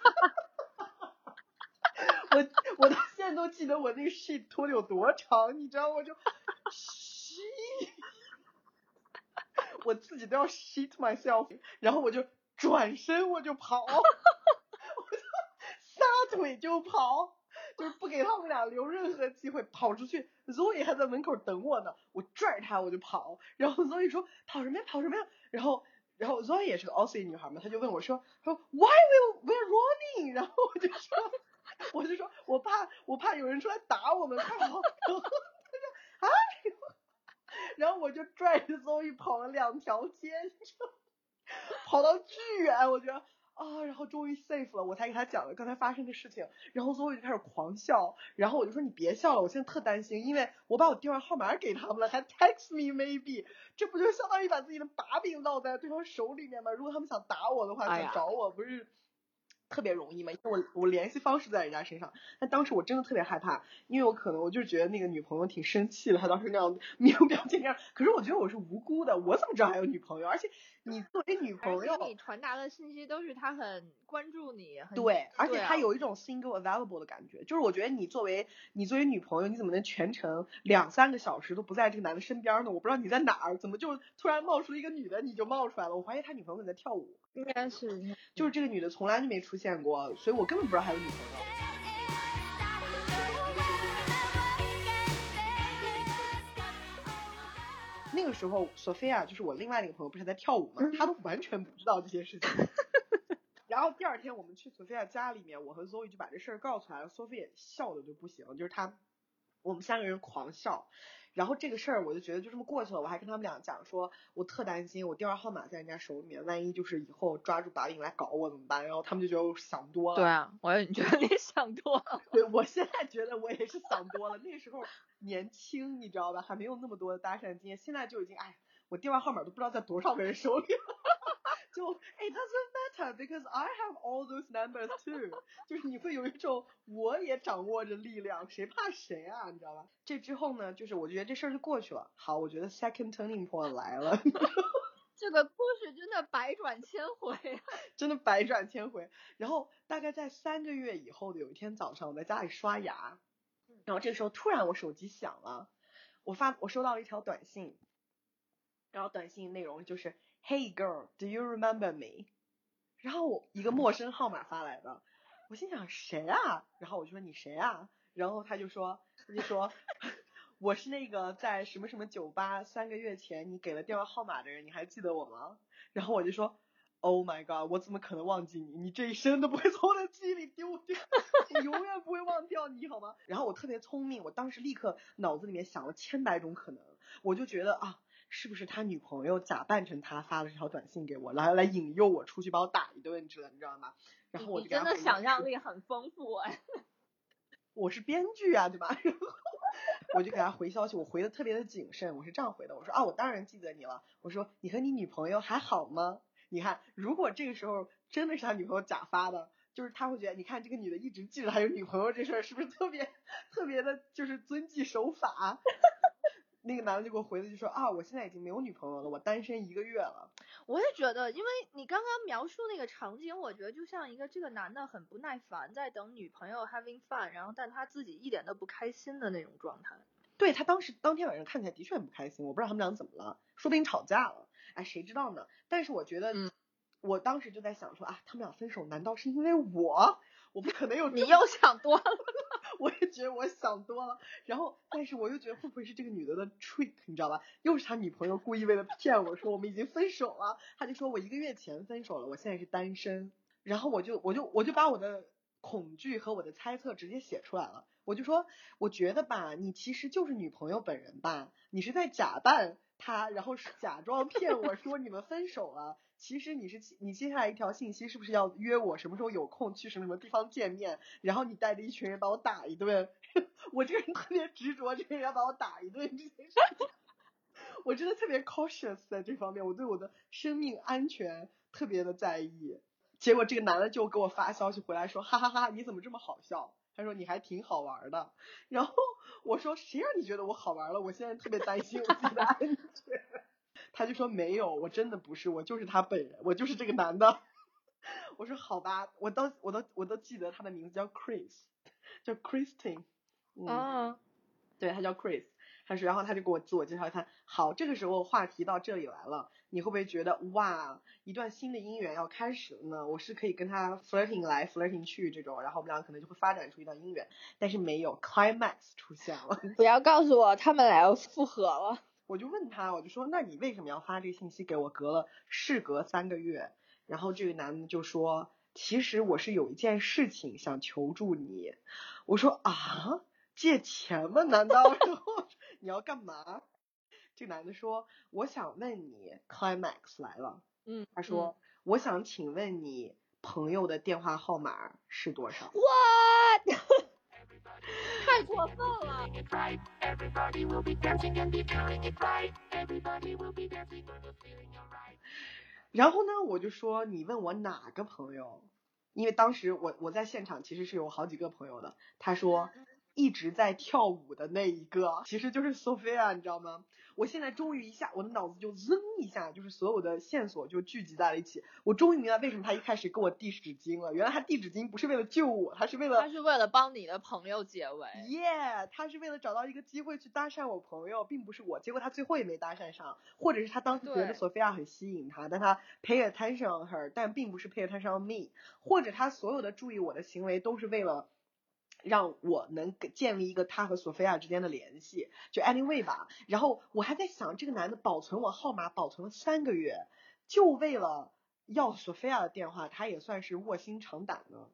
Speaker 2: 我到现在都记得我那个 shit 拖的有多长，你知道，我就 she 我自己都要 shit myself， 然后我就转身我就跑，我就撒腿就跑，就是不给他们俩留任何机会，跑出去。Zoe 还在门口等我呢，我拽他我就跑，然后 Zoe 说跑什么呀跑什么呀，然后 Zoe 也是个 Aussie 女孩嘛，她就问我说 Why we're running， 然后我就说我怕有人出来打我们，快跑。他说啊，然后我就拽着 Zoe 跑了2条街，跑到巨远，我觉得啊，然后终于 safe 了，我才给他讲了刚才发生的事情，然后 Zoe 就开始狂笑，然后我就说你别笑了，我现在特担心，因为我把我电话号码给他们了，还 text me maybe， 这不就相当于把自己的把柄落在对方手里面吗？如果他们想打我的话，想找我不是特别容易嘛，因为我联系方式在人家身上。但当时我真的特别害怕，因为我就是觉得那个女朋友挺生气的，她当时那样面无表情那样。可是我觉得我是无辜的，我怎么知道还有女朋友？而且你作为女朋友，
Speaker 3: 而且你传达的信息都是他很关注你，
Speaker 2: 对，而且他有一种 single available 的感觉，就是我觉得你作为女朋友，你怎么能全程2-3个小时都不在这个男的身边呢？我不知道你在哪儿，怎么就突然冒出了一个女的，你就冒出来了？我怀疑他女朋友在跳舞，
Speaker 3: 应该是，
Speaker 2: 就是这个女的从来就没出现过，所以我根本不知道还有女朋友。那个时候索菲亚就是我另外那个朋友不是在跳舞嘛，她都完全不知道这些事情。然后第二天我们去索菲亚家里面，我和 Zoe 就把这事儿告诉来了，索菲亚笑的就不行，就是我们3个人狂笑。然后这个事儿我就觉得就这么过去了，我还跟他们俩讲说我特担心我电话号码在人家手里面，万一就是以后抓住把柄来搞我怎么办，然后他们就觉得我想多了。
Speaker 3: 对啊，我也觉得你想多了。
Speaker 2: 对，我现在觉得我也是想多了，那时候年轻你知道吧，还没有那么多的搭讪经验，现在就已经我电话号码都不知道在多少个人手里了。就it doesn't matter because I have all those numbers too， 就是你会有一种我也掌握着力量，谁怕谁啊，你知道吧？这之后呢，就是我觉得这事儿就过去了。好，我觉得 second turning point 来了。
Speaker 3: 这个故事真的百转千回，
Speaker 2: 真的百转千回。然后大概在3个月以后的有一天早上，我在家里刷牙，然后这个时候突然我手机响了，我收到了一条短信，然后短信内容就是 Hey girl, do you remember me？ 然后一个陌生号码发来的，我心想谁啊？然后我就说你谁啊？然后他就说我是那个在什么什么酒吧3个月前你给了电话号码的人，你还记得我吗？然后我就说 Oh my god， 我怎么可能忘记你？你这一生都不会从我的记忆里丢掉，我永远不会忘掉你，好吗？然后我特别聪明，我当时立刻脑子里面想了千百种可能，我就觉得是不是他女朋友假扮成他发了这条短信给我，然后来引诱我出去把我打一顿，你知道吗？然后我就
Speaker 3: 真的想象力很丰富哎。
Speaker 2: 我是编剧啊，对吧？我就给他回消息，我回的特别的谨慎，我是这样回的，我说我当然记得你了，我说你和你女朋友还好吗？你看，如果这个时候真的是他女朋友假发的， 就是他会觉得，你看这个女的一直记着他有女朋友这事儿，是不是特别的，就是遵纪守法？那个男的就给我回的就说啊，我现在已经没有女朋友了，我单身1个月了。
Speaker 3: 我也觉得，因为你刚刚描述那个场景，我觉得就像一个这个男的很不耐烦，在等女朋友 having fun， 然后但他自己一点都不开心的那种状态。
Speaker 2: 对，他当天晚上看起来的确很不开心，我不知道他们俩怎么了，说不定吵架了，哎，谁知道呢？但是我觉得，我当时就在想说啊，他们俩分手难道是因为我不可能有
Speaker 3: 你又想多了。
Speaker 2: 我也觉得我想多了，然后但是我又觉得会不会是这个女的 trick， 你知道吧？又是他女朋友故意为了骗我说我们已经分手了，他就说我1个月前分手了，我现在是单身，然后我就把我的恐惧和我的猜测直接写出来了，我就说我觉得吧，你其实就是女朋友本人吧，你是在假扮他，然后是假装骗我说你们分手了。其实你接下来一条信息是不是要约我什么时候有空去什么地方见面，然后你带着一群人把我打一顿。我这个人特别执着，这个人要把我打一顿这件事情，我真的特别 cautious 在这方面，我对我的生命安全特别的在意。结果这个男的就给我发消息回来说，哈哈哈，你怎么这么好笑？他说你还挺好玩的。然后我说谁让你觉得我好玩了？我现在特别担心我自己的安全。他就说没有，我真的不是，我就是他本人，我就是这个男的。我说好吧，我都记得他的名字叫 Chris， 叫 Christine。对，他叫 Chris。然后他就给我自我介绍一下。好，这个时候话题到这里来了，你会不会觉得哇，一段新的姻缘要开始了呢？我是可以跟他 flirting 来 flirting 去这种，然后我们俩可能就会发展出一段姻缘。但是没有 climax 出现了。
Speaker 3: 不要告诉我他们俩要复合了。
Speaker 2: 我就问他，我就说那你为什么要发这个信息给我？事隔3个月。然后这个男的就说其实我是有一件事情想求助你。我说啊，借钱吗？难道？然后你要干嘛？这个男的说我想问你 climax 来了。他说我想请问你朋友的电话号码是多少
Speaker 3: ？What？ 太过分了。
Speaker 2: 然后呢，我就说你问我哪个朋友？因为当时我在现场其实是有好几个朋友的。他说一直在跳舞的那一个其实就是 Sophia， 你知道吗？我现在终于我的脑子就扔一下，就是所有的线索就聚集在了一起。我终于明白为什么他一开始给我递纸巾了，原来他递纸巾不是为了救我，他是为了
Speaker 3: 帮你的朋友解围。
Speaker 2: 他是为了找到一个机会去搭讪我朋友，并不是我。结果他最后也没搭讪上，或者是他当时觉得 Sophia 很吸引他，但他 pay attention on her， 但并不是 pay attention on me， 或者他所有的注意我的行为都是为了让我能建立一个他和索菲亚之间的联系，就 anyway 吧。然后我还在想，这个男的保存我号码保存了3个月，就为了要索菲亚的电话，他也算是卧薪尝胆呢。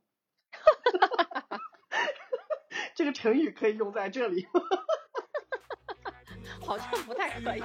Speaker 2: 这个成语可以用在这里。
Speaker 3: 好像不太可以。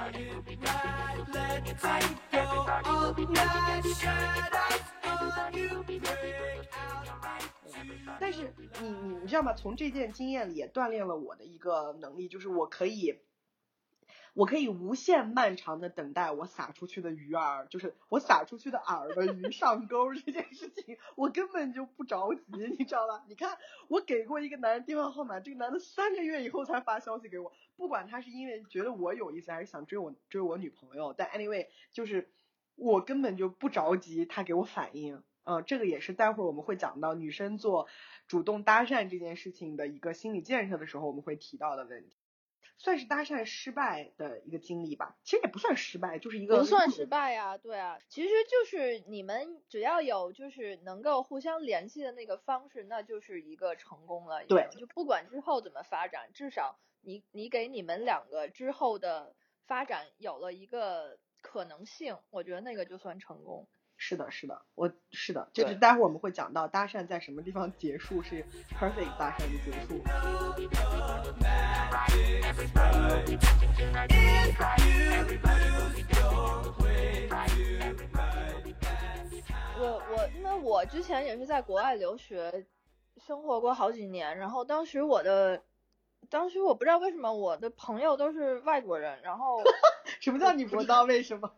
Speaker 2: 但是你知道吗？从这件经验里也锻炼了我的一个能力，就是我可以无限漫长的等待我撒出去的鱼饵，就是我撒出去的饵的鱼上钩这件事情，我根本就不着急，你知道吧？你看我给过一个男人电话号码，这个男的3个月以后才发消息给我，不管他是因为觉得我有意思还是想追我女朋友，但 anyway 就是我根本就不着急他给我反应。这个也是待会儿我们会讲到女生做主动搭讪这件事情的一个心理建设的时候我们会提到的问题。算是搭讪失败的一个经历吧，其实也不算失败，就是一个
Speaker 3: 不算失败呀，对啊，其实就是你们只要有就是能够互相联系的那个方式，那就是一个成功了。
Speaker 2: 对，
Speaker 3: 就不管之后怎么发展，至少你给你们2个之后的发展有了一个可能性，我觉得那个就算成功。
Speaker 2: 是的，就是待会儿我们会讲到搭讪在什么地方结束是 perfect 搭讪的结束。
Speaker 3: 因为我之前也是在国外留学生活过好几年，然后当时我不知道为什么我的朋友都是外国人，然后
Speaker 2: 什么叫你不知道为什么？
Speaker 3: 因为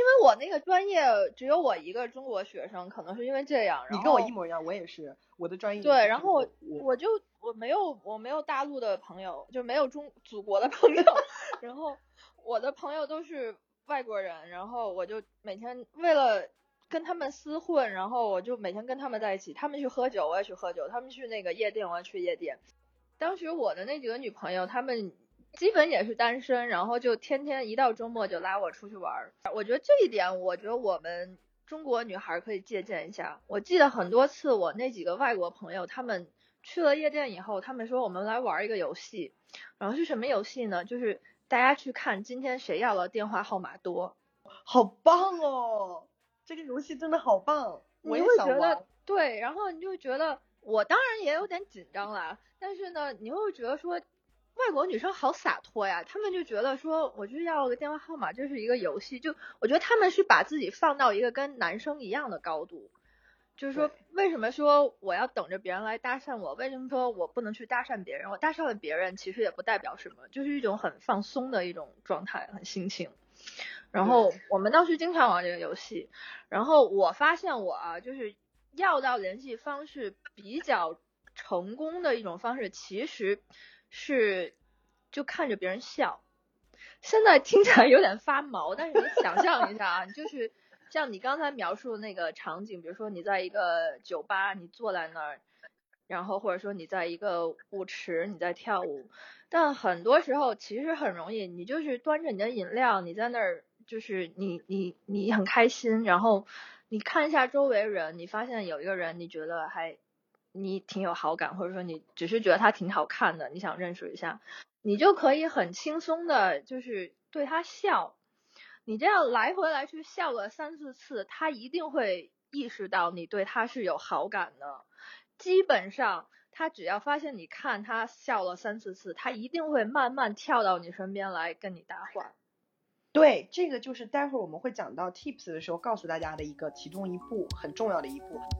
Speaker 3: 为我那个专业只有我一个中国学生，可能是因为这样。
Speaker 2: 你跟我一模一样，我也是，我的专业
Speaker 3: 对，然后我没有大陆的朋友，就没有祖国的朋友，然后我的朋友都是外国人，然后我就每天为了跟他们厮混，然后我就每天跟他们在一起，他们去喝酒我也去喝酒，他们去那个夜店我也去夜店。当时我的那几个女朋友，她们基本也是单身，然后就天天一到周末就拉我出去玩。我觉得这一点，我觉得我们中国女孩可以借鉴一下。我记得很多次我那几个外国朋友，他们去了夜店以后，他们说我们来玩一个游戏，然后是什么游戏呢？就是大家去看今天谁要的电话号码多。
Speaker 2: 好棒哦，这个游戏真的好棒，我也想玩。
Speaker 3: 对，然后你就觉得我当然也有点紧张啦，但是呢，你会觉得说外国女生好洒脱呀，她们就觉得说我就要个电话号码，这是一个游戏，就我觉得她们是把自己放到一个跟男生一样的高度，就是说为什么说我要等着别人来搭讪我，为什么说我不能去搭讪别人，我搭讪了别人其实也不代表什么，就是一种很放松的一种状态，很心情。然后我们当时经常玩这个游戏，然后我发现我啊，就是要到联系方式比较成功的一种方式，其实是就看着别人笑。现在听起来有点发毛，但是你想象一下啊，就是像你刚才描述的那个场景，比如说你在一个酒吧，你坐在那儿，然后或者说你在一个舞池你在跳舞，但很多时候其实很容易，你就是端着你的饮料，你在那儿就是你很开心，然后你看一下周围人，你发现有一个人你觉得你挺有好感，或者说你只是觉得他挺好看的，你想认识一下，你就可以很轻松的就是对他笑，你这样来回来去笑个3、4次，他一定会意识到你对他是有好感的。基本上他只要发现你看他笑了3、4次，他一定会慢慢跳到你身边来跟你搭话。
Speaker 2: 对，这个就是待会儿我们会讲到 tips 的时候告诉大家的其中一步，很重要的一步。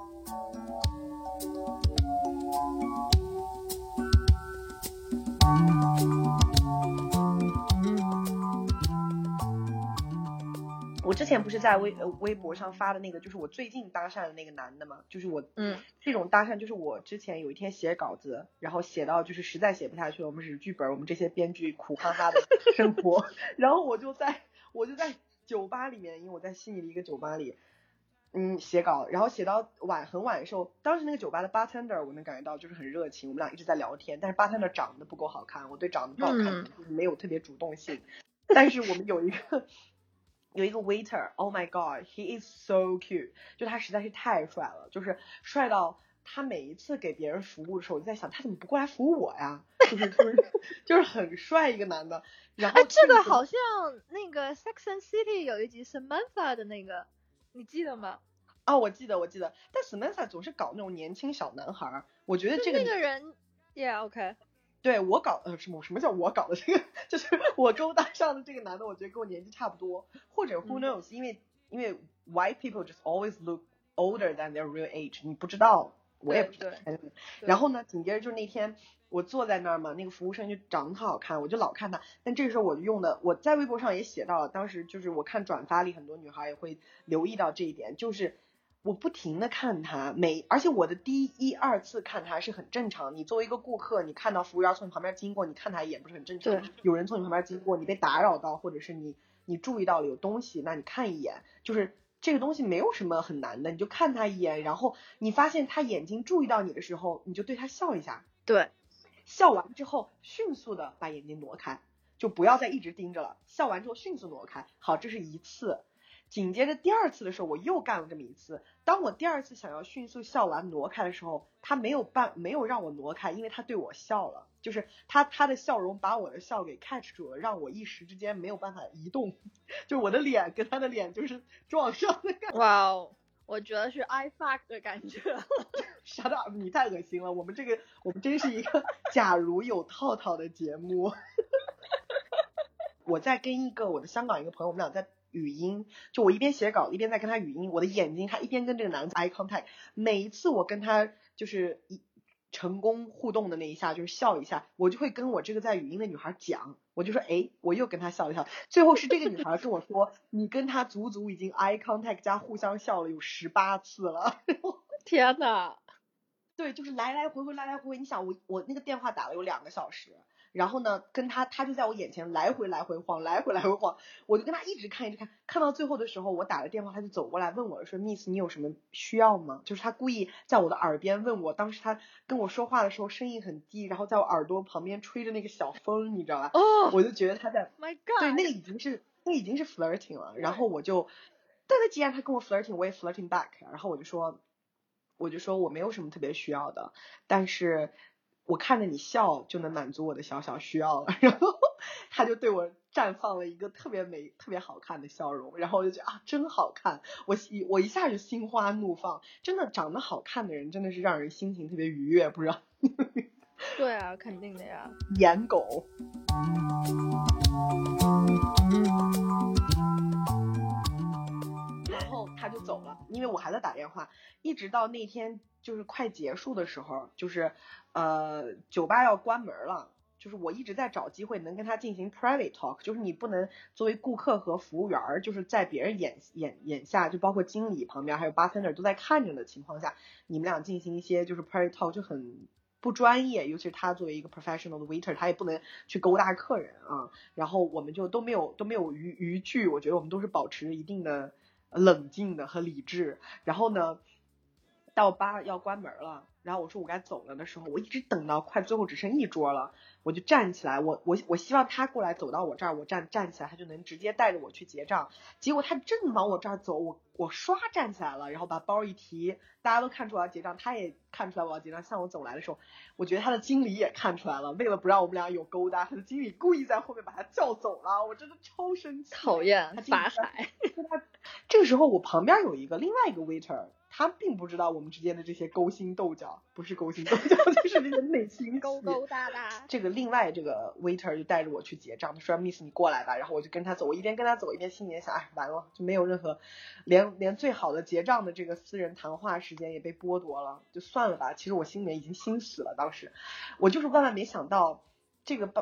Speaker 2: 我之前不是在微博上发的那个，就是我最近搭讪的那个男的嘛，就是我这种搭讪，就是我之前有一天写稿子，然后写到就是实在写不下去了，我们是剧本，我们这些编剧苦哈哈的生活，然后我就在酒吧里面，因为我在悉尼的一个酒吧里写稿，然后写到很晚的时候，当时那个酒吧的 bartender 我能感觉到就是很热情，我们俩一直在聊天，但是 bartender 长得不够好看，我对长得不好看没有特别主动性，但是我们有一个 waiter， Oh my god he is so cute， 就他实在是太帅了，就是帅到他每一次给别人服务的时候，我就在想他怎么不过来服务我呀，就是很帅一个男的。然后
Speaker 3: 这个好像那个 Sex and City 有一集 Samantha 的那个，你记得吗？
Speaker 2: 哦，我记得，但 Samantha 总是搞那种年轻小男孩，我觉得这个
Speaker 3: 那个人 ，Yeah OK。
Speaker 2: 对我搞什么叫我搞的这个，就是我勾搭上的这个男的，我觉得跟我年纪差不多，或者 who knows，因为 white people just always look older than their real age， 你不知道，我也不知道。然后呢，紧接着就是那天我坐在那儿嘛，那个服务生就长得很好看，我就老看他，但这个时候我在微博上也写到了，当时就是我看转发里很多女孩也会留意到这一点，就是我不停的看他，而且我的第1、2次看他是很正常。你作为一个顾客，你看到服务员从你旁边经过，你看他一眼不是很正常？有人从你旁边经过，你被打扰到，或者是你注意到了有东西，那你看一眼，就是这个东西没有什么很难的，你就看他一眼，然后你发现他眼睛注意到你的时候，你就对他笑一下。
Speaker 3: 对，
Speaker 2: 笑完之后迅速的把眼睛挪开，就不要再一直盯着了。笑完之后迅速挪开。好，这是1次。紧接着第2次的时候，我又干了这么1次。当我第2次想要迅速笑完挪开的时候，他没有让我挪开，因为他对我笑了，就是他的笑容把我的笑给 catch 住了，让我一时之间没有办法移动，就是我的脸跟他的脸就是撞上的感觉。
Speaker 3: 哇哦，我觉得是 I fuck 的感觉。
Speaker 2: Shut up， 你太恶心了，我们真是一个假如有套套的节目。我在跟我的香港一个朋友，我们俩在语音，就我一边写稿一边在跟他语音，我的眼睛他一边跟这个男的 eye contact， 每一次我跟他就是成功互动的那一下，就是笑一下，我就会跟我这个在语音的女孩讲， 我就说哎，我又跟他笑了笑，最后是这个女孩跟我说你跟他足足已经 eye contact 加互相笑了有18次了。
Speaker 3: 天呐，
Speaker 2: 对，就是来来回回来来回回，你想我那个电话打了有2个小时，然后呢跟他就在我眼前来回来回晃，来回来回晃，我就跟他一直看一直看，看到最后的时候我打了电话，他就走过来问我说 Miss 你有什么需要吗？就是他故意在我的耳边问我，当时他跟我说话的时候声音很低，然后在我耳朵旁边吹着那个小风，你知道吧？我就觉得他在
Speaker 3: My God，
Speaker 2: 对，那个已经是 flirting 了，然后但是既然他跟我 flirting 我也 flirting back， 然后我就说我没有什么特别需要的，但是我看着你笑就能满足我的小小需要了。然后他就对我绽放了一个特别美特别好看的笑容，然后我就觉得啊真好看，我一下就心花怒放，真的长得好看的人真的是让人心情特别愉悦，不知道。
Speaker 3: 对啊，肯定的呀。
Speaker 2: 颜狗。然后他就走了，因为我还在打电话，一直到那天就是快结束的时候，就是酒吧要关门了，就是我一直在找机会能跟他进行 private talk， 就是你不能作为顾客和服务员，就是在别人眼下，就包括经理旁边还有 bartender 都在看着的情况下，你们俩进行一些就是 private talk 就很不专业，尤其是他作为一个 professional 的 waiter， 他也不能去勾搭客人啊。然后我们就都没有逾矩，我觉得我们都是保持一定的冷静的和理智。然后呢，到吧要关门了，然后我说我该走了的时候，我一直等到快最后只剩一桌了，我就站起来，我希望他过来走到我这儿，我站起来，他就能直接带着我去结账。结果他正往我这儿走，我唰站起来了，然后把包一提，大家都看出我要结账，他也看出来我要结账，向我走来的时候，我觉得他的经理也看出来了，为了不让我们俩有勾搭，他的经理故意在后面把他叫走了，我真的超生气，
Speaker 3: 讨厌法海。
Speaker 2: 这个时候我旁边有另外一个 waiter， 他并不知道我们之间的这些勾心斗角，不是勾心斗角，就是这个内心
Speaker 3: 勾勾搭搭。
Speaker 2: 这个waiter 就带着我去结账，他说 Miss 你过来吧，然后我就跟他走，我一边跟他走一边心里想，哎，完了，就没有任何连最好的结账的这个私人谈话时间也被剥夺了，就算了吧。其实我心里面已经心死了，当时我就是万万没想到。这个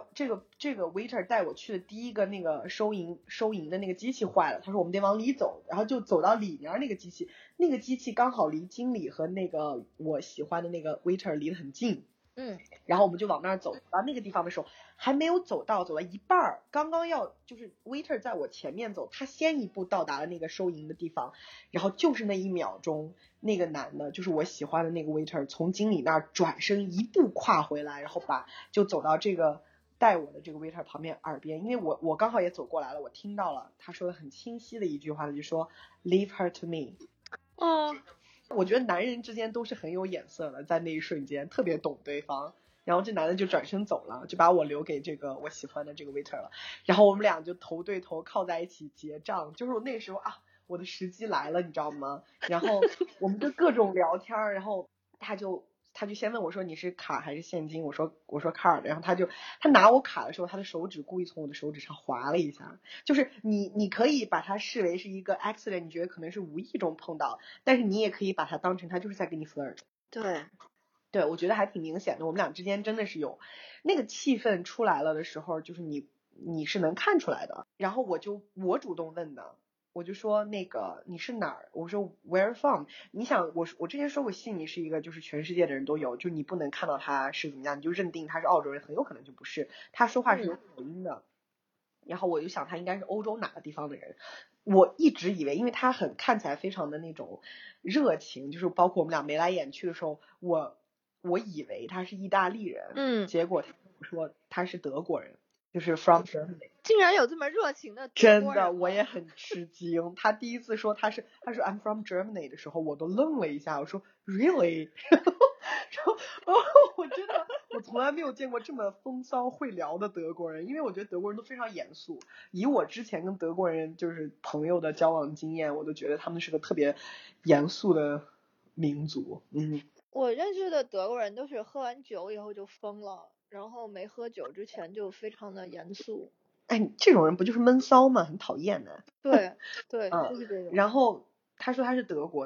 Speaker 2: waiter 带我去的第一个那个收银的那个机器坏了，他说我们得往里走，然后就走到里面那个机器刚好离经理和那个我喜欢的那个 waiter 离得很近，然后我们就往那儿走，到那个地方的时候还没有走到一半，刚刚要就是 waiter 在我前面走，他先一步到达了那个收银的地方，然后就是那1秒钟，那个男的就是我喜欢的那个 waiter 从经理那儿转身一步跨回来，然后就走到这个带我的这个 waiter 旁边耳边，因为我刚好也走过来了，我听到了他说的很清晰的一句话，他就说 leave her to me。 我觉得男人之间都是很有眼色的，在那一瞬间特别懂对方，然后这男的就转身走了，就把我留给这个我喜欢的这个 waiter 了，然后我们俩就头对头靠在一起结账，就是那时候啊，我的时机来了，你知道吗？然后我们就各种聊天，然后他就先问我说你是卡还是现金，我说 card， 然后他拿我卡的时候，他的手指故意从我的手指上划了一下，就是你可以把它视为是一个 accident， 你觉得可能是无意中碰到，但是你也可以把它当成他就是在跟你 flirt。 对，我觉得还挺明显的，我们俩之间真的是有那个气氛出来了的时候，就是你是能看出来的。然后我主动问的，我就说那个你是哪儿？我说 Where from？ 你想我之前说过悉尼是一个就是全世界的人都有，就你不能看到他是怎么样你就认定他是澳洲人，很有可能就不是，他说话是有口音的。然后我就想他应该是欧洲哪个地方的人，我一直以为因为他看起来非常的那种热情，就是包括我们俩眉来眼去的时候，我以为他是意大利人，结果他说他是德国人，就是 from Germany。
Speaker 3: 竟然有这么热情的德国人，
Speaker 2: 真的我也很吃惊。他第一次说他说 I'm from Germany 的时候，我都愣了一下，我说 Really？ 然后我真的我从来没有见过这么风骚会聊的德国人，因为我觉得德国人都非常严肃，以我之前跟德国人就是朋友的交往经验，我都觉得他们是个特别严肃的民族。
Speaker 3: 我认识的德国人都是喝完酒以后就疯了，然后没喝酒之前就非常的严肃。
Speaker 2: 哎，这种人不就是闷骚吗？很讨厌的。
Speaker 3: 对，就是这种。
Speaker 2: 然后他说他是德国的，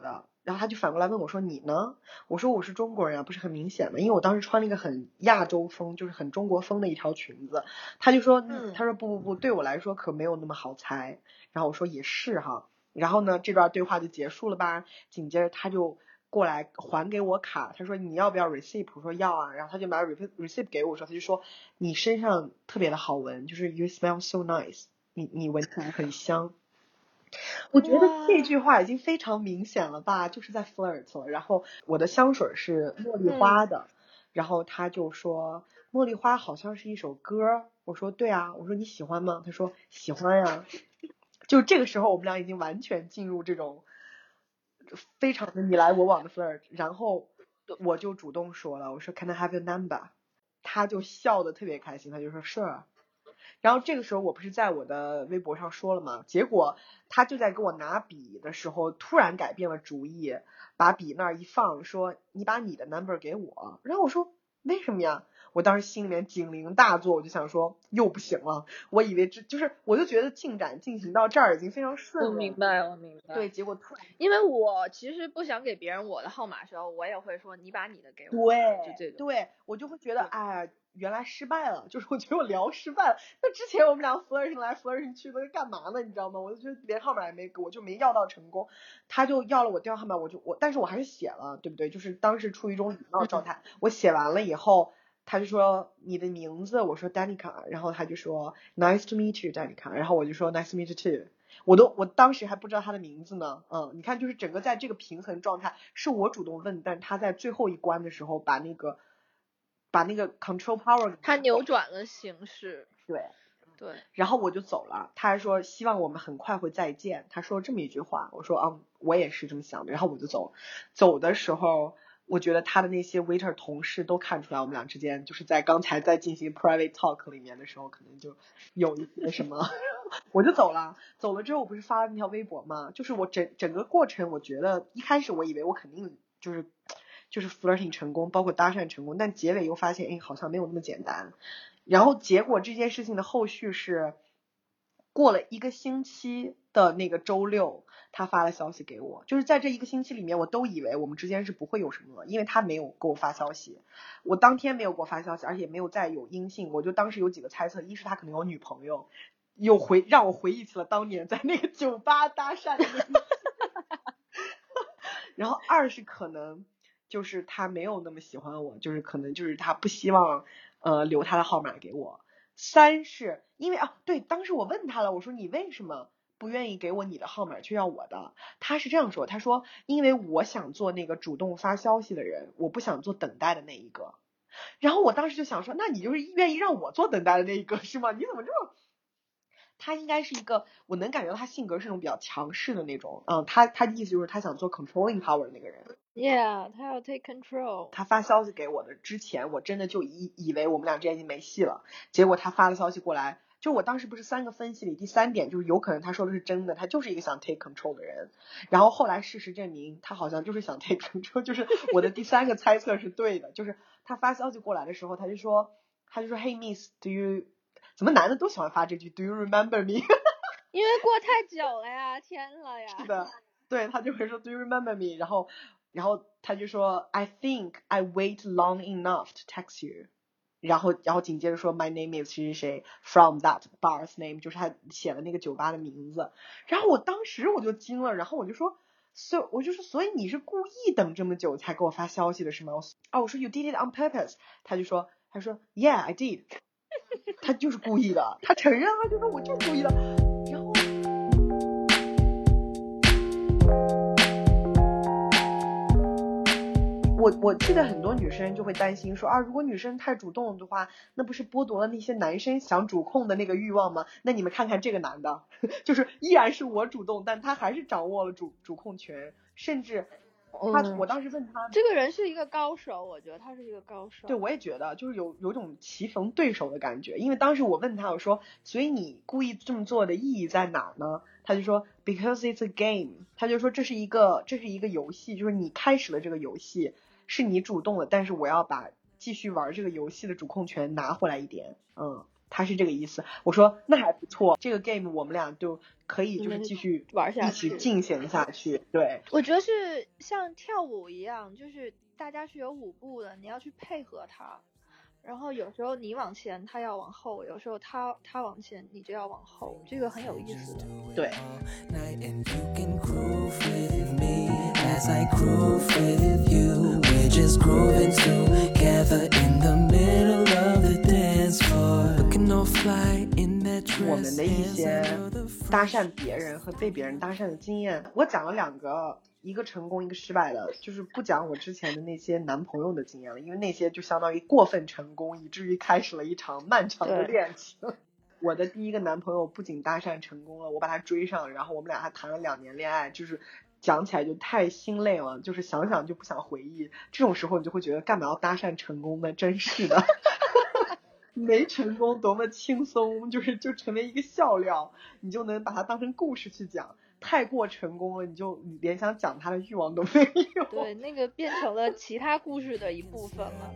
Speaker 2: 然后他就反过来问我说你呢？我说我是中国人啊，不是很明显吗？因为我当时穿了一个很亚洲风，就是很中国风的一条裙子。他就说他说不，对我来说可没有那么好猜。然后我说也是哈。然后呢，这段对话就结束了吧。紧接着他就过来还给我卡，他说你要不要 receipt？ 我说要啊。然后他就拿 receipt 给我的时候，他就说你身上特别的好闻，就是 you smell so nice， 你闻起来很香。我觉得这句话已经非常明显了吧，就是在 flirt 了。然后我的香水是茉莉花的，然后他就说茉莉花好像是一首歌。我说对啊，我说你喜欢吗？他说喜欢呀。就这个时候我们俩已经完全进入这种非常的你来我往的 flirt。然后我就主动说了，我说 Can I have your number？ 他就笑得特别开心，他就说 Sure。然后这个时候我不是在我的微博上说了吗？结果他就在给我拿笔的时候突然改变了主意，把笔那儿一放，说你把你的 number 给我。然后我说为什么呀？我当时心里面警铃大作，我就想说又不行了。我以为我就觉得进展进行到这儿已经非常顺了。
Speaker 3: 我明白。
Speaker 2: 对，结果突然，
Speaker 3: 因为我其实不想给别人我的号码的时候，我也会说你把你的给我。就这种。
Speaker 2: 对，我就会觉得哎，原来失败了，就是我觉得我聊失败了。那之前我们俩 flirting 来 flirting 去的是干嘛呢？你知道吗？我就觉得连号码也没给，我就没要到成功。他就要了我电话号码，但是我还是写了，对不对？就是当时处于一种礼貌状态。我写完了以后，他就说你的名字，我说 Danica， 然后他就说 Nice to meet you Danica， 然后我就说 Nice to meet you too。我当时还不知道他的名字呢。你看就是整个在这个平衡状态，是我主动问，但他在最后一关的时候把那个 control power
Speaker 3: 他扭转了形势。对，
Speaker 2: 然后我就走了。他还说希望我们很快会再见，他说这么一句话。我说我也是这么想的。然后我就走的时候，我觉得他的那些 waiter 同事都看出来我们俩之间就是在刚才在进行 private talk 里面的时候可能就有一些什么。我就走了之后我不是发了那条微博吗？就是我整个过程，我觉得一开始我以为我肯定就是 flirting 成功，包括搭讪成功，但结尾又发现好像没有那么简单。然后结果这件事情的后续是过了1个星期的那个周六，他发了消息给我。就是在这1个星期里面，我都以为我们之间是不会有什么，因为他没有给我发消息，我当天没有给我发消息，而且没有再有音信。我就当时有几个猜测，一是他可能有女朋友，让我回忆起了当年在那个酒吧搭讪的那个然后二是可能就是他没有那么喜欢我，就是可能就是他不希望留他的号码给我。三是因为对，当时我问他了，我说你为什么不愿意给我你的号码却要我的？他是这样说，他说因为我想做那个主动发消息的人，我不想做等待的那一个。然后我当时就想说，那你就是愿意让我做等待的那一个是吗？你怎么这么，他应该是一个，我能感觉到他性格是那种比较强势的那种。他的意思就是他想做 controlling power 的那个人。
Speaker 3: Yeah， 他要 take control。
Speaker 2: 他发消息给我的之前，我真的就以为我们俩之间已经没戏了。结果他发了消息过来，就我当时不是3个分析里第3点就是有可能他说的是真的，他就是一个想 take control 的人。然后后来事实证明他好像就是想 take control， 就是我的第3个猜测是对的。就是他发消息过来的时候，他就说 Hey Miss do you， 怎么男的都喜欢发这句 Do you remember me
Speaker 3: 因为过太久了呀，天了呀。
Speaker 2: 是的，对，他就会说 Do you remember me， 然后他就说 I think I wait long enough to text you， 然后紧接着说 My name is 谁谁谁 from that bar's name， 就是他写了那个酒吧的名字。然后我当时我就惊了，然后我就说所以你是故意等这么久才给我发消息的是吗？我说 You did it on purpose。 他说 Yeah I did 他就是故意的，他承认了，就说我就是故意的。然后我记得很多女生就会担心说如果女生太主动的话，那不是剥夺了那些男生想主控的那个欲望吗？那你们看看这个男的就是依然是我主动，但他还是掌握了主控权，甚至我当时问他，
Speaker 3: 这个人是一个高手，我觉得他是一个高手。
Speaker 2: 对，我也觉得就是有种棋逢对手的感觉。因为当时我问他，我说所以你故意这么做的意义在哪呢？他就说 Because it's a game， 他就说这是一个游戏，就是你开始了这个游戏是你主动的，但是我要把继续玩这个游戏的主控权拿回来一点。 他是这个意思。我说那还不错，这个 game 我们俩就可以就是继续
Speaker 3: 玩下
Speaker 2: 去，一起进行下去。对，
Speaker 3: 我觉得是像跳舞一样，就是大家是有舞步的，你要去配合他。然后有时候你往前，他要往后；有时候他往前，你就要往后，这个很有意思的。
Speaker 2: 对。
Speaker 4: As I groove with you, we're just grooving together in the middle of the dance floor. Looking all fly in that dress.
Speaker 2: 我们的一些搭讪别人和被别人搭讪的经验，我讲了2个，一个成功一个失败的，就是不讲我之前的那些男朋友的经验了，因为那些就相当于过分成功，以至于开始了一场漫长的恋情。我的第一个男朋友不仅搭讪成功了，我把他追上，然后我们俩还谈了2年恋爱，就是讲起来就太心累了，就是想想就不想回忆。这种时候你就会觉得干嘛要搭讪成功呢？真是的。没成功多么轻松，就成为一个笑料，你就能把它当成故事去讲。太过成功了，你连想讲他的欲望都没有。
Speaker 3: 对，那个变成了其他故事的一部分了。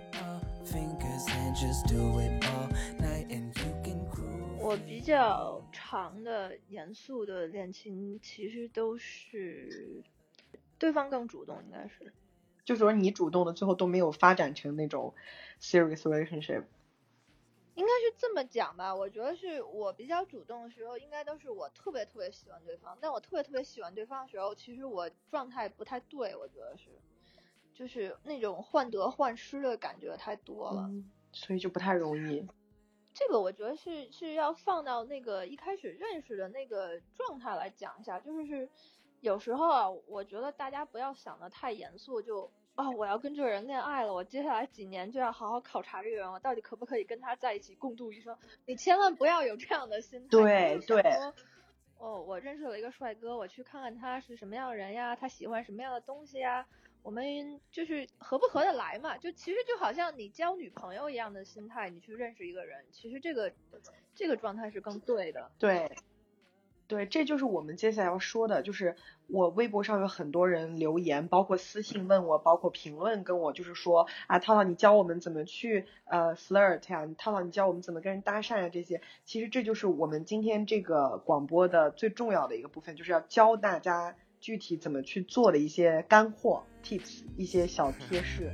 Speaker 3: 我比较长的严肃的恋情其实都是对方更主动，应该是
Speaker 2: 就是说你主动的最后都没有发展成那种 serious relationship。
Speaker 3: 应该是这么讲吧，我觉得是我比较主动的时候，应该都是我特别特别喜欢对方，但我特别喜欢对方的时候，其实我状态不太对，我觉得是，就是那种患得患失的感觉太多了，
Speaker 2: 所以就不太容易。
Speaker 3: 这个我觉得是要放到那个一开始认识的那个状态来讲一下，就是有时候啊，我觉得大家不要想得太严肃，就我要跟这个人恋爱了，我接下来几年就要好好考察这个人，我到底可不可以跟他在一起共度一生？你千万不要有这样的心态。
Speaker 2: 对对。
Speaker 3: 我认识了一个帅哥，我去看看他是什么样的人呀，他喜欢什么样的东西呀，我们就是合不合得来嘛，就其实就好像你交女朋友一样的心态，你去认识一个人，其实这个状态是更对的。
Speaker 2: 对，这就是我们接下来要说的，就是我微博上有很多人留言，包括私信问我，包括评论跟我，就是说啊，涛涛你教我们怎么去flirt 呀，涛涛你教我们怎么跟人搭讪呀，这些其实这就是我们今天这个广播的最重要的一个部分，就是要教大家具体怎么去做的一些干货 tips， 一些小贴士。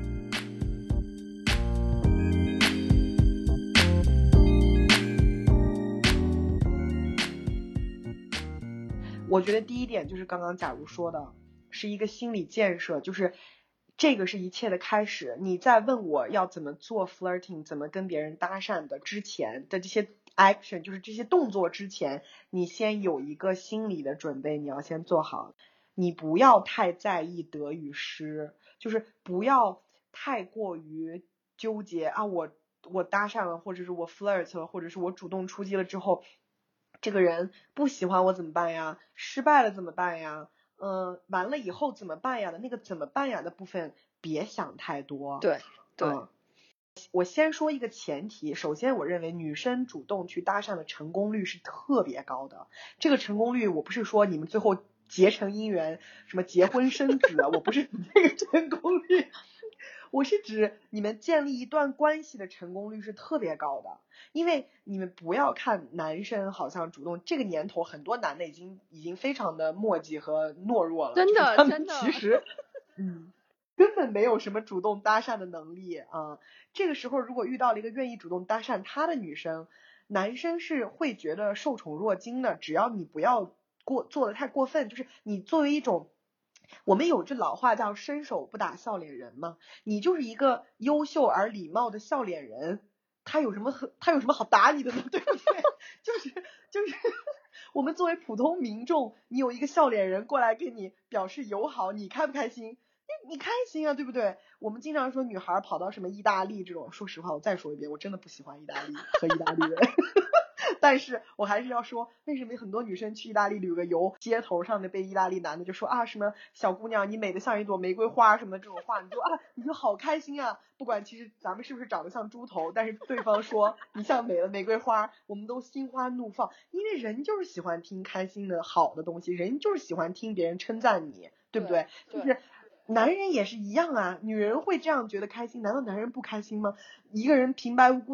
Speaker 2: 我觉得第一点就是刚刚假如说的，是一个心理建设，就是这个是一切的开始。你在问我要怎么做 flirting， 怎么跟别人搭讪的之前的这些 action， 就是这些动作之前，你先有一个心理的准备，你要先做好。你不要太在意得与失，就是不要太过于纠结啊，我搭讪了，或者是我 flirt 了，或者是我主动出击了之后，这个人不喜欢我怎么办呀？失败了怎么办呀？完了以后怎么办呀的那个怎么办呀的部分别想太多。
Speaker 3: 对。
Speaker 2: 我先说一个前提，首先我认为女生主动去搭讪的成功率是特别高的。这个成功率我不是说你们最后结成姻缘什么结婚生子我不是这个成功率，我是指你们建立一段关系的成功率是特别高的。因为你们不要看男生好像主动，这个年头很多男的已经非常的磨叽和懦弱了，
Speaker 3: 真的
Speaker 2: 他们其实根本没有什么主动搭讪的能力啊。这个时候如果遇到了一个愿意主动搭讪他的女生，男生是会觉得受宠若惊的，只要你不要做得太过分，就是你作为一种，我们有句老话叫伸手不打笑脸人嘛，你就是一个优秀而礼貌的笑脸人，他有什么好打你的呢？对不对？就是我们作为普通民众，你有一个笑脸人过来跟你表示友好，你开不开心？你开心啊，对不对？我们经常说女孩跑到什么意大利这种，说实话我再说一遍，我真的不喜欢意大利和意大利人但是我还是要说，为什么很多女生去意大利旅个游，街头上的被意大利男的就说啊什么小姑娘你美得像一朵玫瑰花什么的这种话，你就好开心啊，不管其实咱们是不是长得像猪头，但是对方说你像美的玫瑰花，我们都心花怒放，因为人就是喜欢听开心的好的东西，人就是喜欢听别人称赞你，对不对？就是男人也是一样啊，女人会这样觉得开心，难道男人不开心吗？一个人平白无故的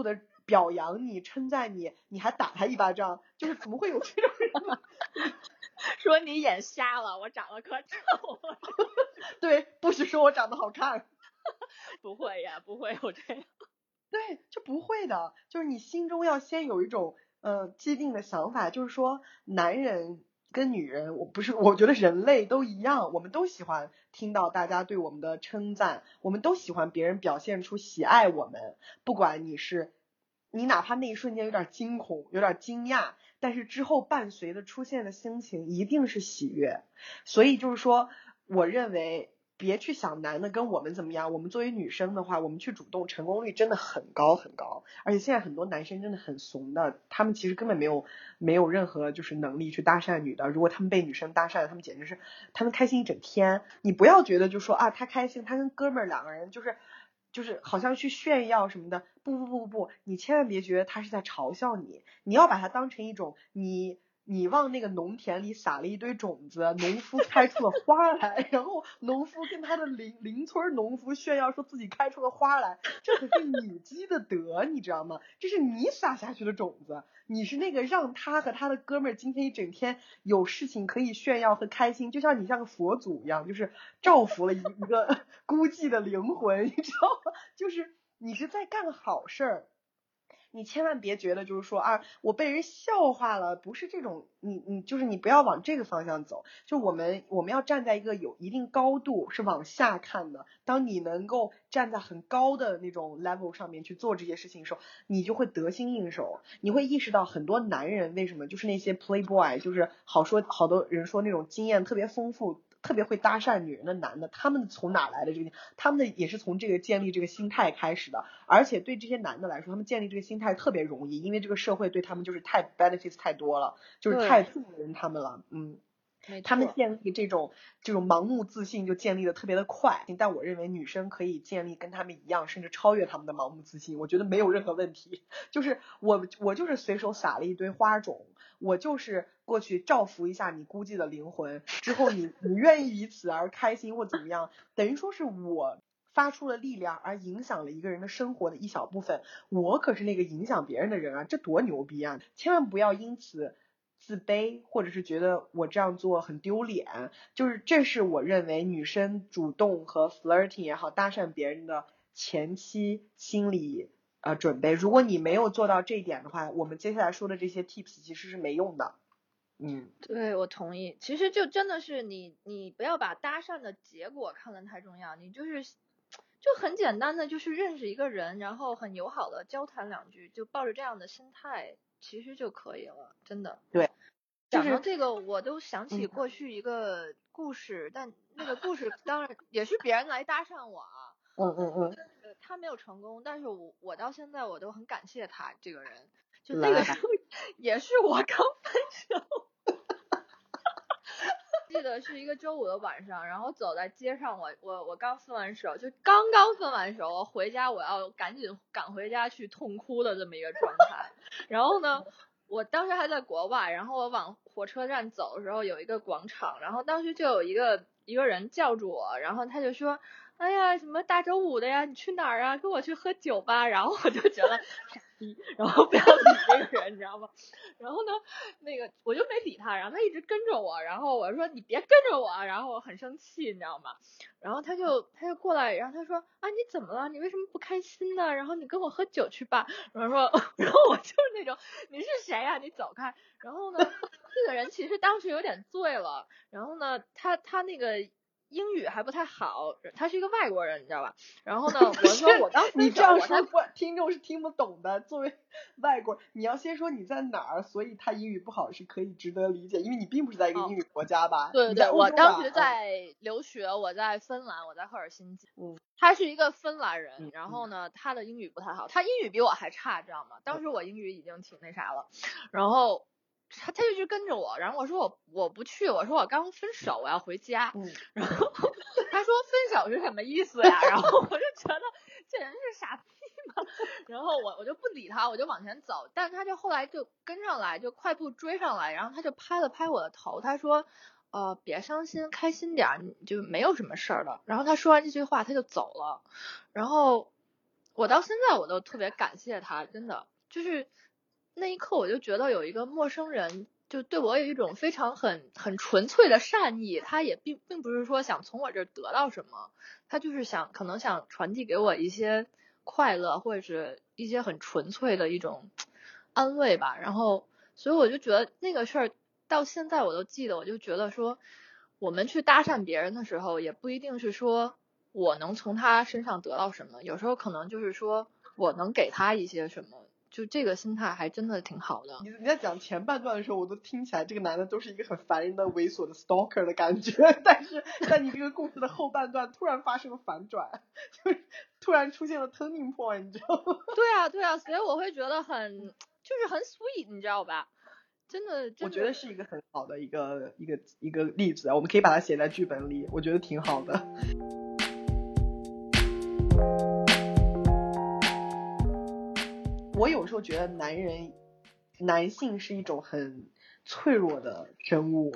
Speaker 2: 表扬你称赞你，你还打他一巴掌，就是怎么会有这种人呢？
Speaker 3: 说你眼瞎了，我长得可丑了。
Speaker 2: 对，不许说我长得好看。
Speaker 3: 不会呀，不会有这样。
Speaker 2: 对，就不会的，就是你心中要先有一种既定的想法，就是说男人跟女人，我觉得人类都一样，我们都喜欢听到大家对我们的称赞，我们都喜欢别人表现出喜爱我们，不管你哪怕那一瞬间有点惊恐，有点惊讶，但是之后伴随的出现的心情一定是喜悦。所以就是说，我认为别去想男的跟我们怎么样，我们作为女生的话，我们去主动成功率真的很高很高，而且现在很多男生真的很怂的，他们其实根本没有任何就是能力去搭讪女的，如果他们被女生搭讪，他们简直是他们开心一整天。你不要觉得就说啊他开心，他跟哥们儿两个人就是好像去炫耀什么的，不，你千万别觉得他是在嘲笑你，你要把它当成一种你往那个农田里撒了一堆种子，农夫开出了花来，然后农夫跟他的邻村农夫炫耀说自己开出了花来，这可是你积的德，你知道吗？这是你撒下去的种子，你是那个让他和他的哥们儿今天一整天有事情可以炫耀和开心，就像你像个佛祖一样，就是照拂了一个孤寂的灵魂，你知道吗？就是你是在干好事儿。你千万别觉得就是说啊，我被人笑话了，不是这种，你就是你不要往这个方向走，就我们要站在一个有一定高度，是往下看的。当你能够站在很高的那种 level 上面去做这些事情的时候，你就会得心应手，你会意识到很多男人为什么就是那些 playboy， 就是好多人说那种经验特别丰富，特别会搭讪女人的男的，他们从哪来的这个？他们也是从这个建立这个心态开始的，而且对这些男的来说，他们建立这个心态特别容易，因为这个社会对他们就是太 benefits 太多了，就是太纵容他们了，他们建立这种盲目自信就建立的特别的快，但我认为女生可以建立跟他们一样，甚至超越他们的盲目自信，我觉得没有任何问题。就是我就是随手撒了一堆花种，我就是过去照拂一下你孤寂的灵魂，之后你愿意以此而开心或怎么样，等于说是我发出了力量而影响了一个人的生活的一小部分，我可是那个影响别人的人啊，这多牛逼啊！千万不要因此自卑，或者是觉得我这样做很丢脸，就是这是我认为女生主动和 flirting 也好，搭讪别人的前期心理准备。如果你没有做到这一点的话，我们接下来说的这些 tips 其实是没用的。
Speaker 3: 对，我同意。其实就真的是你不要把搭讪的结果看得太重要，你就很简单的就是认识一个人，然后很友好的交谈两句，就抱着这样的心态其实就可以了，真的。
Speaker 2: 对，
Speaker 3: 讲到这个我都想起过去一个故事，但那个故事当然也是别人来搭讪我啊。他没有成功，但是我到现在我都很感谢他这个人。就那个时候也是我刚分手。记得是一个周五的晚上，然后走在街上，我刚分完手，就刚分完手，我回家我要赶紧赶回家去痛哭的这么一个状态。然后呢，我当时还在国外，然后我往火车站走的时候有一个广场，然后当时就有一个人叫住我，然后他就说，哎呀，什么大周五的呀，你去哪儿啊？跟我去喝酒吧。然后我就觉得傻逼，然后不要理这个人，你知道吗？然后呢，那个我就没理他，然后他一直跟着我，然后我说你别跟着我，然后我很生气，你知道吗？然后他就过来，然后他说啊你怎么了？你为什么不开心呢？然后你跟我喝酒去吧。然后我就是那种你是谁呀？你走开。然后呢，这个人其实当时有点醉了，然后呢，他那个英语还不太好，他是一个外国人，你知道吧？然后呢，我说我当时
Speaker 2: 你这样说听众是听不懂的。作为外国人，你要先说你在哪儿，所以他英语不好是可以值得理解，因为你并不是在一个英语国家吧？
Speaker 3: 对，我当时在留学，我在芬兰，我在赫尔辛基。他是一个芬兰人，然后呢，他的英语不太好，他英语比我还差，知道吗？当时我英语已经挺那啥了，然后他就一直跟着我，然后我说我不去，我说我刚分手，我要回家。然后他说分手是什么意思呀？然后我就觉得这人是傻逼嘛，然后我就不理他，我就往前走，但他就后来就跟上来，就快步追上来，然后他就拍了拍我的头，他说别伤心，开心点，就没有什么事儿了。然后他说完这句话他就走了，然后我到现在我都特别感谢他，真的。 就是那一刻我就觉得有一个陌生人就对我有一种非常很纯粹的善意，他也并不是说想从我这儿得到什么，他就是可能想传递给我一些快乐或者是一些很纯粹的一种安慰吧。然后所以我就觉得那个事儿到现在我都记得，我就觉得说我们去搭讪别人的时候也不一定是说我能从他身上得到什么，有时候可能就是说我能给他一些什么，就这个心态还真的挺好的。
Speaker 2: 你在讲前半段的时候，我都听起来这个男的都是一个很烦人的猥琐的 stalker 的感觉，但是在你这个故事的后半段突然发生了反转，就是突然出现了 turning point， 你知道吗？
Speaker 3: 对啊，所以我会觉得就是很 sweet， 你知道吧？真的
Speaker 2: 我觉得是一个很好的一个例子，我们可以把它写在剧本里，我觉得挺好的。我有时候觉得男性是一种很脆弱的生物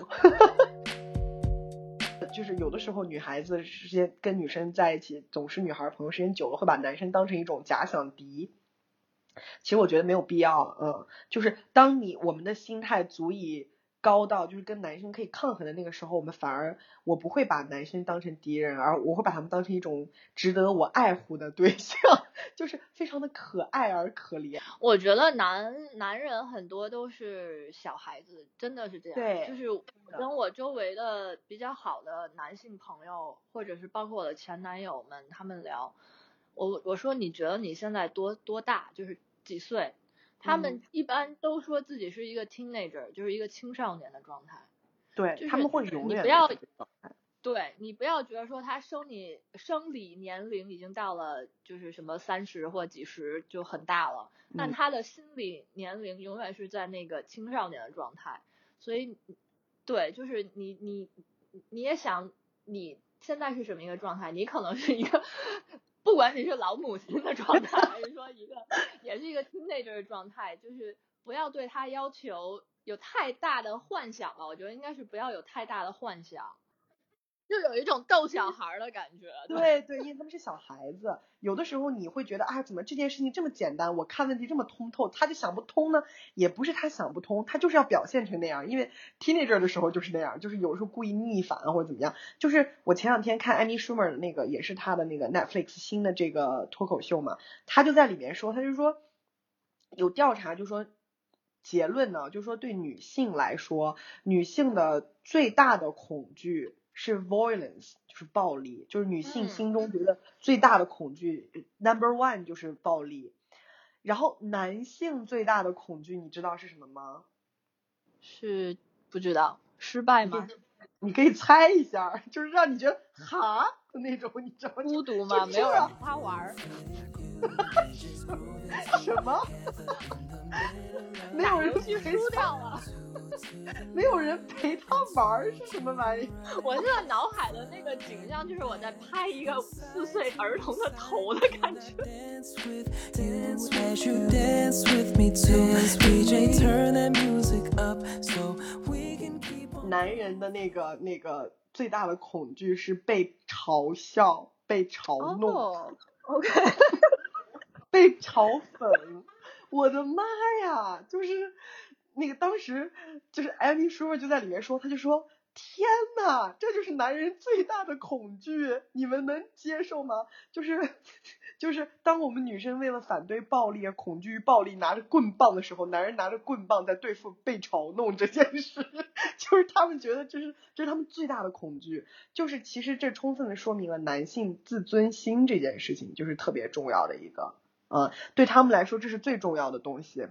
Speaker 2: 就是有的时候女孩子之间跟女生在一起，总是女孩朋友时间久了会把男生当成一种假想敌，其实我觉得没有必要。就是当我们的心态足以高到就是跟男生可以抗衡的那个时候，我不会把男生当成敌人，而我会把他们当成一种值得我爱护的对象，就是非常的可爱而可怜。
Speaker 3: 我觉得男人很多都是小孩子，真的是这样。
Speaker 2: 对，
Speaker 3: 就是跟我周围的比较好的男性朋友，或者是包括我的前男友们，他们聊，我说你觉得你现在多大，就是几岁？他们一般都说自己是一个 teenager， 就是一个青少年的状态。
Speaker 2: 对，
Speaker 3: 就是
Speaker 2: 他们会永远
Speaker 3: 你不要觉得说他生理年龄已经到了就是什么30或几十就很大了，但他的心理年龄永远是在那个青少年的状态。所以对，就是你也想你现在是什么一个状态，你可能是一个不管你是老母亲的状态还是说也是一个 teenager 的状态，就是不要对他要求有太大的幻想吧，我觉得应该是不要有太大的幻想，就有一种逗小孩的感觉。
Speaker 2: 对，因为他们是小孩子，有的时候你会觉得怎么这件事情这么简单，我看问题这么通透，他就想不通呢？也不是他想不通，他就是要表现成那样，因为 teenager 的时候就是那样，就是有时候故意逆反或者怎么样。就是我前两天看 Amy Schumer 的那个，也是他的那个 Netflix 新的这个脱口秀嘛，他就在里面说，他就说有调查就说结论呢，就说对女性来说，女性的最大的恐惧是 violence， 就是暴力，就是女性心中觉得最大的恐惧，number one 就是暴力。然后男性最大的恐惧你知道是什么吗？
Speaker 3: 是不知道，失败吗？
Speaker 2: 你可以猜一下，就是让你觉得哈的那种，你知道吗？
Speaker 3: 孤独吗？没有人陪他玩
Speaker 2: 什么？没有人
Speaker 3: 去输掉了，
Speaker 2: 没有人陪他玩是什么玩意？
Speaker 3: 我现在脑海的那个景象就是我在拍一个4岁儿童的头的感觉。
Speaker 2: 男人的那个最大的恐惧是被嘲笑、被嘲弄。
Speaker 3: OK
Speaker 2: 被嘲讽。我的妈呀，就是那个当时就是艾米舒就在里面说，他就说天哪，这就是男人最大的恐惧，你们能接受吗？就是当我们女生为了反对暴力恐惧暴力拿着棍棒的时候，男人拿着棍棒在对付被嘲弄这件事，就是他们觉得这是他们最大的恐惧。就是其实这充分的说明了男性自尊心这件事情就是特别重要的一个对他们来说这是最重要的东西。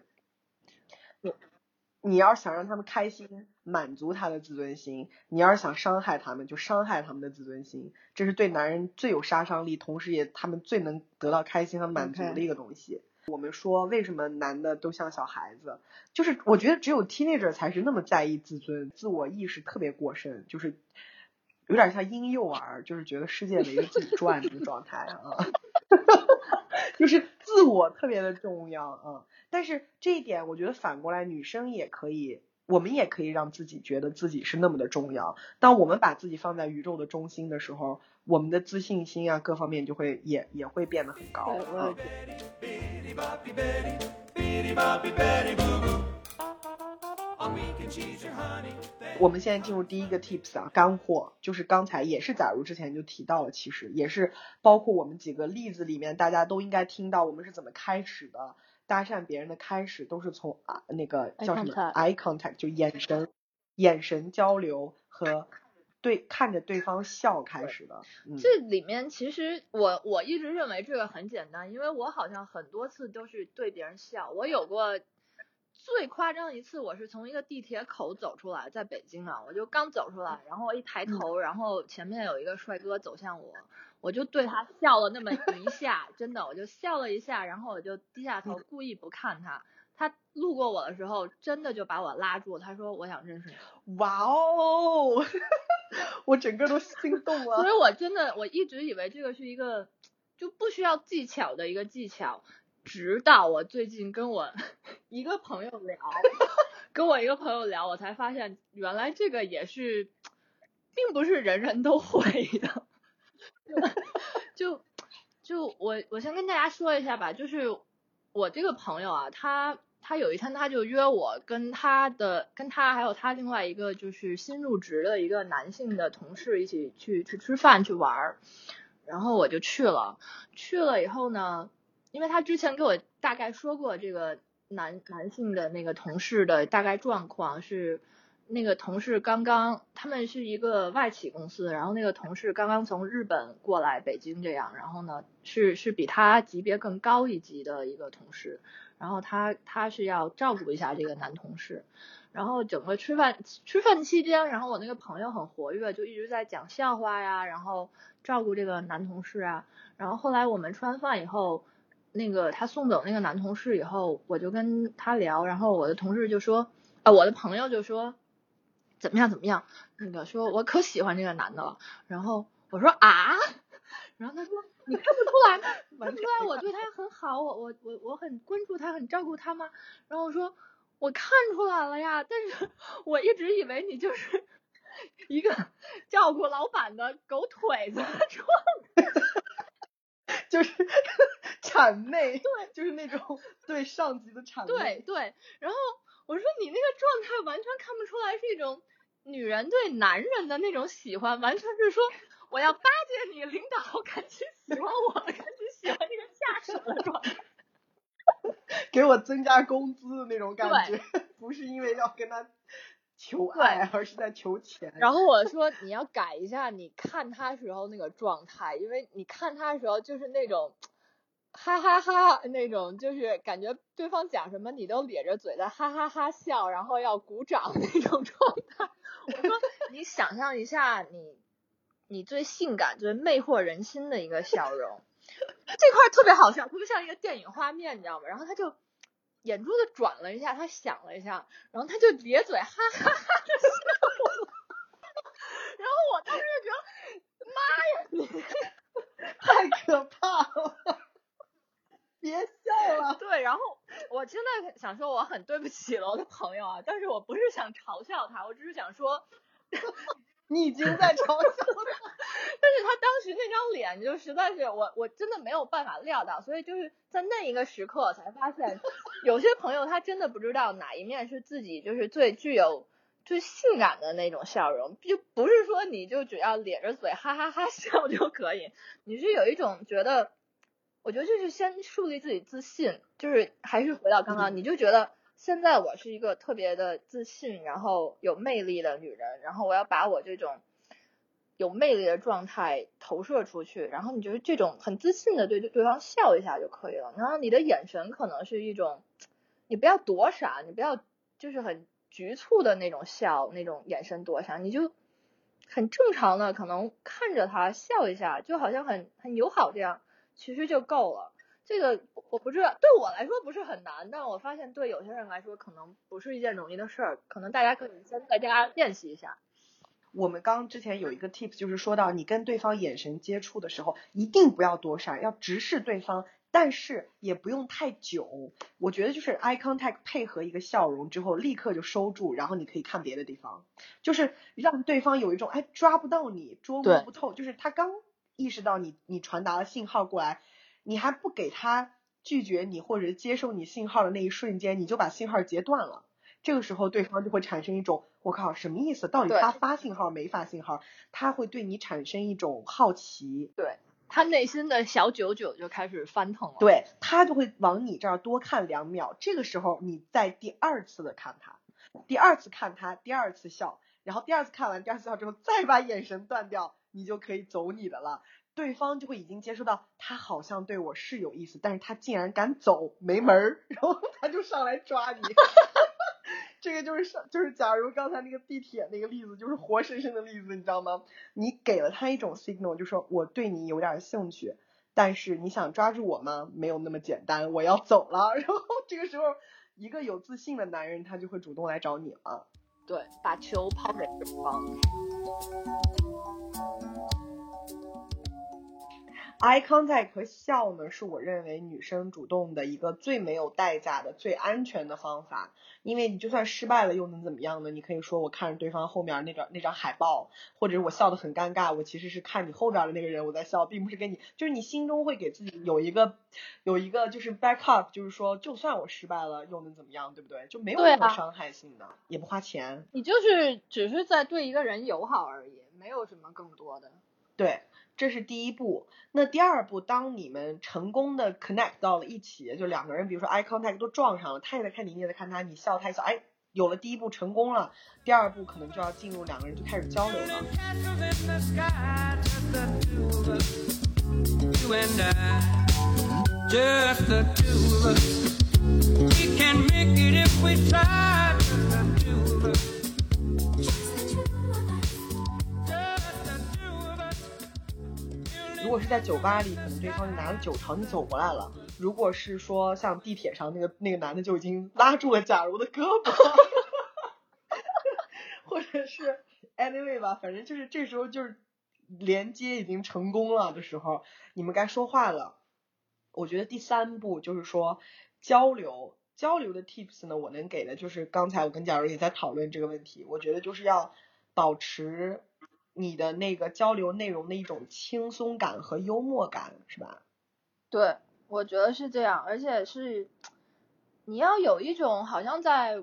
Speaker 2: 你要想让他们开心，满足他的自尊心，你要是想伤害他们，就伤害他们的自尊心，这是对男人最有杀伤力，同时也他们最能得到开心和满足的一个东西。我们说为什么男的都像小孩子，就是我觉得只有 teenager 才是那么在意自尊，自我意识特别过剩，就是有点像婴幼儿，就是觉得世界围着自己转这个状态就是自我特别的重要但是这一点我觉得反过来女生也可以，我们也可以让自己觉得自己是那么的重要。当我们把自己放在宇宙的中心的时候，我们的自信心各方面就会也会变得很高我们现在进入第一个 tips 啊，干货，就是刚才也是假如之前就提到了，其实也是包括我们几个例子里面大家都应该听到我们是怎么开始的，搭讪别人的开始都是从那个叫什么 eye contact 就眼神交流和看着对方笑开始的。
Speaker 3: 这里面其实我一直认为这个很简单，因为我好像很多次都是对别人笑。我有过最夸张一次，我是从一个地铁口走出来，在北京啊，我就刚走出来，然后我一抬头，然后前面有一个帅哥走向我，我就对他笑了那么一下，真的，我就笑了一下，然后我就低下头故意不看他。他路过我的时候，真的就把我拉住，他说我想认识你。
Speaker 2: 哇哦，我整个都心动了。
Speaker 3: 所以我一直以为这个是一个就不需要技巧的一个技巧，直到我最近跟我一个朋友聊，我才发现原来这个也是并不是人人都会的。就我先跟大家说一下吧，就是我这个朋友啊，他有一天他就约我跟他还有他另外一个就是新入职的一个男性的同事一起去吃饭去玩，然后我就去了以后呢，因为他之前给我大概说过这个男性的那个同事的大概状况是，那个同事他们是一个外企公司，然后那个同事刚刚从日本过来北京这样，然后呢是比他级别更高一级的一个同事，然后他是要照顾一下这个男同事，然后整个吃饭期间，然后我那个朋友很活跃，就一直在讲笑话呀，然后照顾这个男同事啊，然后后来我们吃完饭以后，那个他送走那个男同事以后，我就跟他聊，然后我的朋友就说怎么样，那个说我可喜欢这个男的了，然后我说啊，然后他说你看不出来吗？看不出来我对他很好，我很关注他，很照顾他吗？然后我说我看出来了呀，但是我一直以为你就是一个照顾老板的狗腿子的状态。
Speaker 2: 就是谄媚，对，就是那种对上级的谄媚。
Speaker 3: 对，然后我说你那个状态完全看不出来是一种女人对男人的那种喜欢，完全是说我要巴结你领导，赶紧喜欢我，赶紧喜欢这个下属的状态，
Speaker 2: 给我增加工资的那种感觉，不是因为要跟他求爱，而是在求钱。
Speaker 3: 然后我说你要改一下你看他时候那个状态，因为你看他的时候就是那种哈哈哈那种，就是感觉对方讲什么你都咧着嘴在哈哈哈笑，然后要鼓掌那种状态。我说你想象一下你最性感最魅惑人心的一个笑容，这块特别好笑，特别像一个电影画面，你知道吗？然后他就眼珠子转了一下，他想了一下，然后他就咧嘴哈哈哈的笑了。然后我当时就觉得妈呀，你
Speaker 2: 太可怕了，别笑了。
Speaker 3: 对，然后我现在想说我很对不起了我的朋友啊，但是我不是想嘲笑他，我只是想说
Speaker 2: 你已经在嘲笑他。
Speaker 3: 但是他当时那张脸就实在是我真的没有办法料到，所以就是在那一个时刻才发现有些朋友他真的不知道哪一面是自己就是最具有最性感的那种笑容，就不是说你就只要咧着嘴哈哈哈笑就可以，你是有一种觉得，我觉得就是先树立自己自信，就是还是回到刚刚，你就觉得现在我是一个特别的自信然后有魅力的女人，然后我要把我这种有魅力的状态投射出去，然后你就是这种很自信的对对方笑一下就可以了，然后你的眼神可能是一种你不要躲闪，你不要就是很局促的那种笑，那种眼神躲闪，你就很正常的可能看着他笑一下，就好像很友好这样，其实就够了。这个我不知道，对我来说不是很难，但我发现对有些人来说可能不是一件容易的事儿，可能大家可以先在家练习一下。
Speaker 2: 我们刚之前有一个 tips 就是说到你跟对方眼神接触的时候一定不要躲闪，要直视对方，但是也不用太久。我觉得就是 eye contact 配合一个笑容之后立刻就收住，然后你可以看别的地方，就是让对方有一种抓不到你，捉摸不透，就是他刚意识到你传达了信号过来，你还不给他拒绝你或者接受你信号的那一瞬间，你就把信号截断了。这个时候对方就会产生一种我靠什么意思，到底他发信号没发信号，他会对你产生一种好奇，
Speaker 3: 对，他内心的小九九就开始翻腾了，
Speaker 2: 对，他就会往你这儿多看2秒。这个时候你再第二次的看他，第二次看他，第二次笑，然后第二次看完第二次笑之后再把眼神断掉，你就可以走你的了。对方就会已经接受到他好像对我是有意思，但是他竟然敢走，没门儿，然后他就上来抓你。这个就是假如刚才那个地铁那个例子，就是活生生的例子，你知道吗？你给了他一种 signal， 就说我对你有点兴趣，但是你想抓住我吗？没有那么简单，我要走了。然后这个时候一个有自信的男人他就会主动来找你了。
Speaker 3: 对，把球抛给对方。
Speaker 2: Eye contact 和笑呢，是我认为女生主动的一个最没有代价的、最安全的方法。因为你就算失败了又能怎么样呢？你可以说我看着对方后面那张海报，或者是我笑得很尴尬，我其实是看你后边的那个人我在笑，并不是跟你，就是你心中会给自己有一个就是 backup， 就是说就算我失败了又能怎么样，对不对？就没有任何伤害性的，也不花钱。
Speaker 3: 你就是只是在对一个人友好而已，没有什么更多的。
Speaker 2: 对，这是第一步。那第二步，当你们成功的 connect 到了一起，就两个人比如说 eye contact 都撞上了，他也在看你，你也在看他，你笑他一笑，哎，有了第一步成功了，第二步可能就要进入两个人就开始交流了。如果是在酒吧里，可能对方就拿着酒朝你走过来了。如果是说像地铁上那个男的就已经拉住了假如的胳膊，或者是 anyway 吧，反正就是这时候就是连接已经成功了的时候，你们该说话了。我觉得第三步就是说交流的 tips 呢，我能给的就是刚才我跟假如也在讨论这个问题，我觉得就是要保持你的那个交流内容的一种轻松感和幽默感，是吧？
Speaker 3: 对，我觉得是这样，而且是你要有一种好像在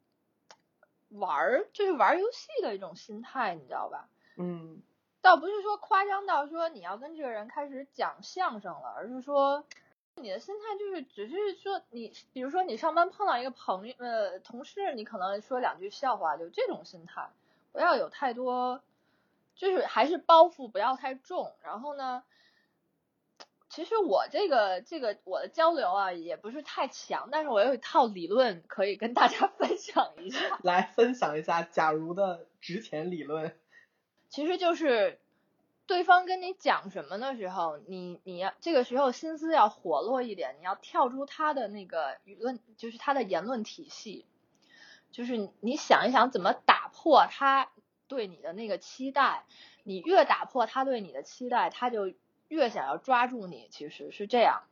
Speaker 3: 就是玩游戏的一种心态，你知道吧？
Speaker 2: 嗯，
Speaker 3: 倒不是说夸张到说你要跟这个人开始讲相声了，而是说你的心态就是只是说你，比如说你上班碰到一个同事，你可能说两句笑话，就这种心态，不要有太多，就是还是包袱不要太重。然后呢，其实我这个我的交流啊也不是太强，但是我有一套理论可以跟大家分享一下。
Speaker 2: 来分享一下假如的值钱理论。
Speaker 3: 其实就是对方跟你讲什么的时候，你要这个时候心思要活络一点，你要跳出他的那个舆论，就是他的言论体系，就是你想一想怎么打破他对你的那个期待，你越打破他对你的期待，他就越想要抓住你，其实是这样。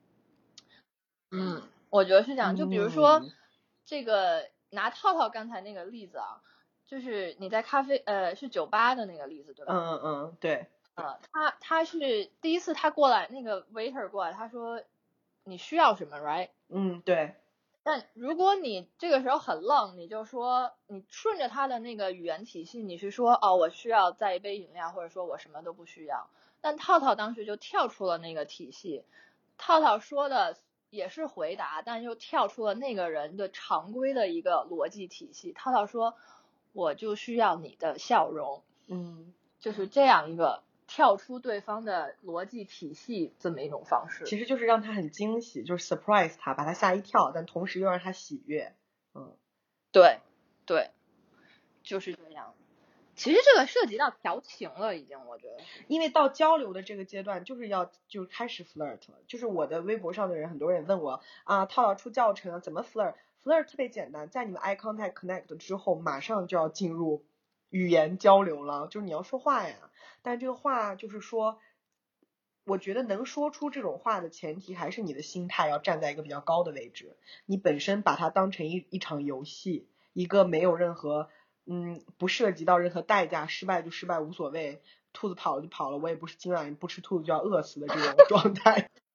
Speaker 3: 我觉得是这样。就比如说这个拿套套刚才那个例子啊，就是你在是酒吧的那个例子，对吧？
Speaker 2: 对。
Speaker 3: 他是第一次他过来，那个 waiter 过来，他说你需要什么 ，right？
Speaker 2: 对。
Speaker 3: 但如果你这个时候很愣，你就说你顺着他的那个语言体系，你是说哦我需要再一杯饮料，或者说我什么都不需要。但套套当时就跳出了那个体系，套套说的也是回答，但又跳出了那个人的常规的一个逻辑体系。套套说我就需要你的笑容，就是这样一个跳出对方的逻辑体系这么一种方式，
Speaker 2: 其实就是让他很惊喜，就是 surprise 他，把他吓一跳，但同时又让他喜悦。
Speaker 3: 对，就是这样。其实这个涉及到调情了，已经，我觉得，
Speaker 2: 因为到交流的这个阶段，就是开始 flirt 了。就是我的微博上的人，很多人问我啊，套套出教程啊，怎么 flirt 特别简单，在你们 eye contact connect 之后，马上就要进入语言交流了，就是你要说话呀。但这个话就是说，我觉得能说出这种话的前提，还是你的心态要站在一个比较高的位置，你本身把它当成一场游戏，一个没有任何不涉及到任何代价，失败就失败无所谓，兔子跑了就跑了，我也不是今晚不吃兔子就要饿死的这种状态。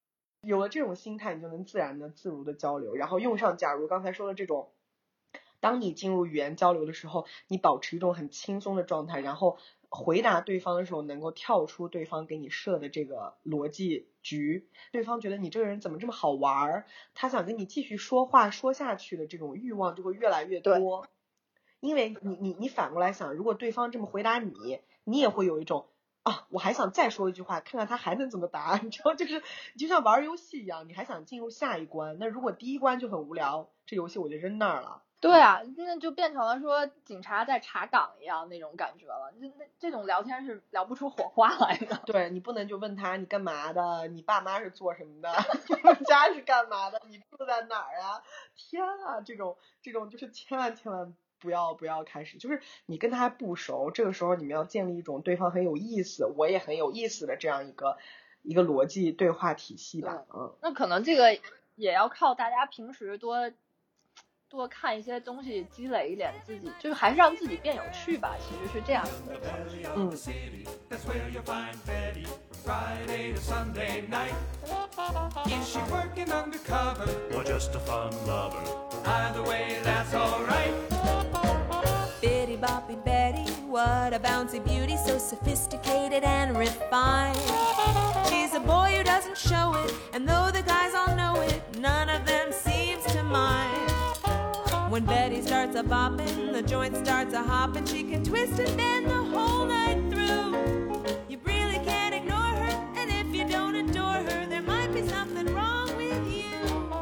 Speaker 2: 有了这种心态，你就能自然的自如的交流，然后用上假如刚才说的这种，当你进入语言交流的时候，你保持一种很轻松的状态，然后回答对方的时候能够跳出对方给你设的这个逻辑局，对方觉得你这个人怎么这么好玩，他想跟你继续说话说下去的这种欲望就会越来越多。因为你反过来想，如果对方这么回答你，你也会有一种我还想再说一句话，看看他还能怎么答，你知道，就是就像玩游戏一样，你还想进入下一关，那如果第一关就很无聊，这游戏我就扔那儿了。
Speaker 3: 对啊，那就变成了说警察在查岗一样那种感觉了，这种聊天是聊不出火花来的。
Speaker 2: 对，你不能就问他你干嘛的，你爸妈是做什么的，你们家是干嘛的，你住在哪儿啊？天啊，这种就是千万不要开始，就是你跟他还不熟，这个时候你们要建立一种对方很有意思，我也很有意思的这样一个逻辑对话体系吧。
Speaker 3: 那可能这个也要靠大家平时多看一些东西，积累一点自己，就是还是让自己变有趣吧，其实是这样的。
Speaker 5: Is she working undercover or just a fun lover? Either way, that's alright.
Speaker 6: Bitty boppy Betty, what a bouncy beauty, so sophisticated and refined. She's a boy who doesn't show it, and though the guys all know it, none of them seems to mind. When Betty starts a bopping, the joint starts a hopping, she can twist and bend the whole night through. You really can't ignore her, and if you don't adore her, there might be something wrong with you.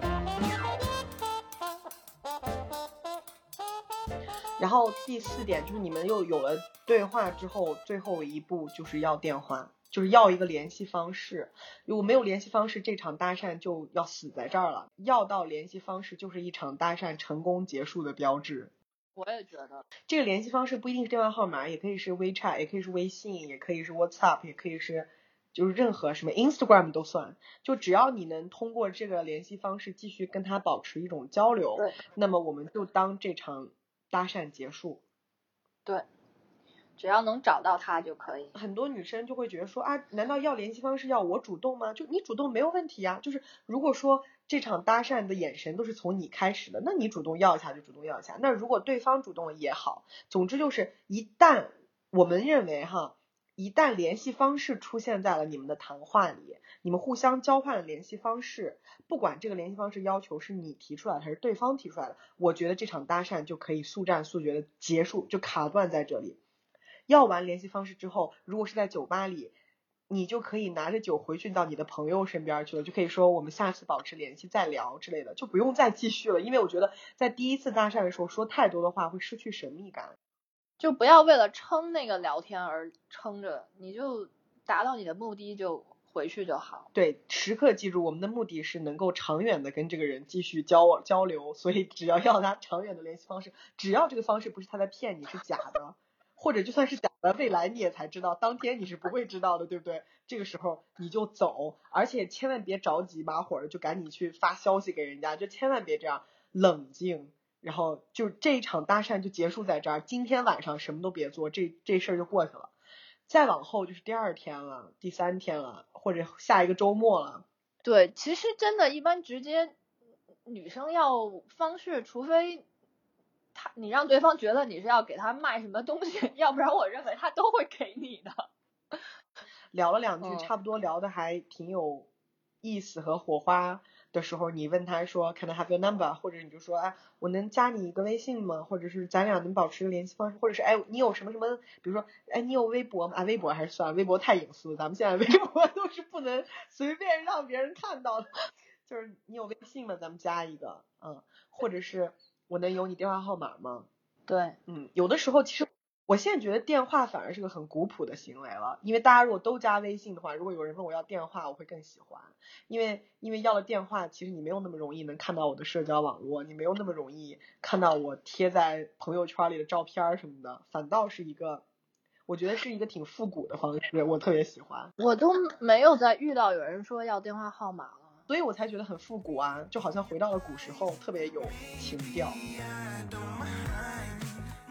Speaker 2: 然后第4点就是你们又有了对话之后，最后一步就是要电话，就是要一个联系方式。如果没有联系方式，这场搭讪就要死在这儿了。要到联系方式就是一场搭讪成功结束的标志。
Speaker 3: 我也觉得
Speaker 2: 这个联系方式不一定是电话号码，也可以是 WeChat， 也可以是微信，也可以是 WhatsApp， 也可以是就是任何什么 Instagram 都算，就只要你能通过这个联系方式继续跟他保持一种交流，那么我们就当这场搭讪结束。
Speaker 3: 对，只要能找到他就可以。
Speaker 2: 很多女生就会觉得说难道要联系方式要我主动吗？就你主动没有问题啊，就是如果说这场搭讪的眼神都是从你开始的，那你主动要一下就主动要一下，那如果对方主动也好，总之就是一旦我们认为一旦联系方式出现在了你们的谈话里，你们互相交换了联系方式，不管这个联系方式要求是你提出来的还是对方提出来的，我觉得这场搭讪就可以速战速决的结束，就卡断在这里。要完联系方式之后，如果是在酒吧里，你就可以拿着酒回去到你的朋友身边去了，就可以说我们下次保持联系再聊之类的，就不用再继续了。因为我觉得在第一次搭讪的时候说太多的话会失去神秘感，
Speaker 3: 就不要为了撑那个聊天而撑着，你就达到你的目的就回去就好。
Speaker 2: 对，时刻记住我们的目的是能够长远的跟这个人继续交流，所以只要他长远的联系方式，只要这个方式不是他在骗你是假的或者就算是假的，未来你也才知道，当天你是不会知道的，对不对？这个时候你就走，而且千万别着急把火的就赶紧去发消息给人家，就千万别这样，冷静，然后就这一场搭讪就结束在这儿，今天晚上什么都别做，这事儿就过去了。再往后就是第2天了，第3天了，或者下一个周末了。
Speaker 3: 对，其实真的一般直接女生要方式，除非你让对方觉得你是要给他卖什么东西，要不然我认为他都会给你的。
Speaker 2: 聊了2句，差不多聊的还挺有意思和火花的时候，你问他说 Can I have your number， 或者你就说我能加你一个微信吗？或者是咱俩能保持个联系方式，或者是你有什么，比如说你有微博吗？微博还是算了，微博太隐私了，咱们现在微博都是不能随便让别人看到的，就是你有微信吗？咱们加一个，或者是我能有你电话号码吗？
Speaker 3: 对，
Speaker 2: 有的时候其实我现在觉得电话反而是个很古朴的行为了，因为大家如果都加微信的话，如果有人问我要电话，我会更喜欢，因为要了电话，其实你没有那么容易能看到我的社交网络，你没有那么容易看到我贴在朋友圈里的照片什么的，反倒是我觉得是一个挺复古的方式，我特别喜欢。
Speaker 3: 我都没有再遇到有人说要电话号码了，
Speaker 2: 所以我才觉得很复古啊，就好像回到了古时候，特别有情调。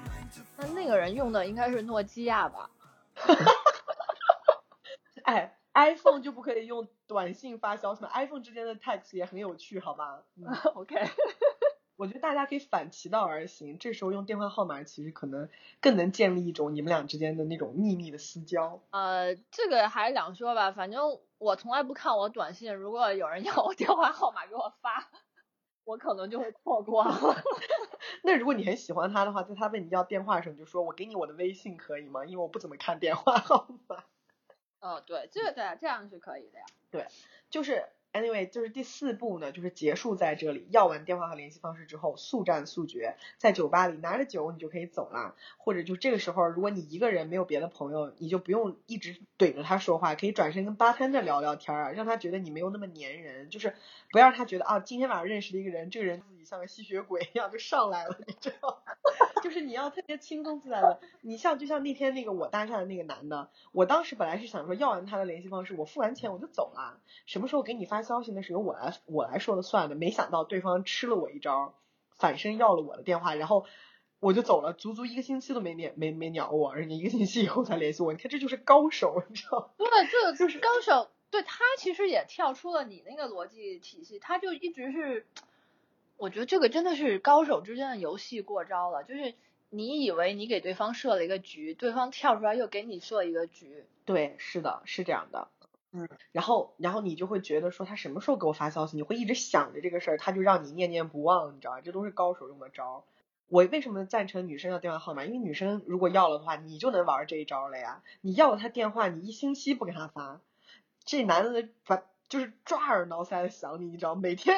Speaker 3: 那个人用的应该是诺基亚吧？
Speaker 2: iPhone 就不可以用短信发消息吗 ？iPhone 之间的 text 也很有趣，好吧
Speaker 3: OK
Speaker 2: 我觉得大家可以反其道而行，这时候用电话号码其实可能更能建立一种你们俩之间的那种秘密的私交。
Speaker 3: 这个还是两说吧，反正我从来不看我短信，如果有人要我电话号码给我发，我可能就会错过
Speaker 2: 那如果你很喜欢他的话，在他问你要电话的时候，你就说我给你我的微信可以吗？因为我不怎么看电话号码。
Speaker 3: 对，这样是可以的呀。
Speaker 2: 对，就是 anyway， 就是第4步呢，就是结束在这里，要完电话和联系方式之后，速战速决，在酒吧里拿着酒你就可以走了，或者就这个时候，如果你一个人没有别的朋友，你就不用一直怼着他说话，可以转身跟bartender聊聊天啊，让他觉得你没有那么粘人，就是不要让他觉得啊，今天晚上认识了一个人，这个人自己像个吸血鬼一样就上来了，你知道就是你要特别轻松自在的，你就像那天那个我搭讪的那个男的，我当时本来是想说要完他的联系方式，我付完钱我就走了，什么时候给你发消息那是由我来说了算的，没想到对方吃了我一招，反身要了我的电话，然后我就走了，足足1个星期都没鸟我，人家1个星期以后才联系我，你看这就是高手，你知道吗？
Speaker 3: 对，这个就是高手，对他其实也跳出了你那个逻辑体系，他就一直是。我觉得这个真的是高手之间的游戏过招了，就是你以为你给对方设了一个局，对方跳出来又给你设一个局。
Speaker 2: 对，是的，是这样的。然后你就会觉得说他什么时候给我发消息，你会一直想着这个事儿，他就让你念念不忘，你知道吧？这都是高手用的招。我为什么赞成女生要电话号码？因为女生如果要了的话，你就能玩这一招了呀。你要了他电话，你1星期不给他发，这男的就是抓耳挠腮的想你，你知道，每天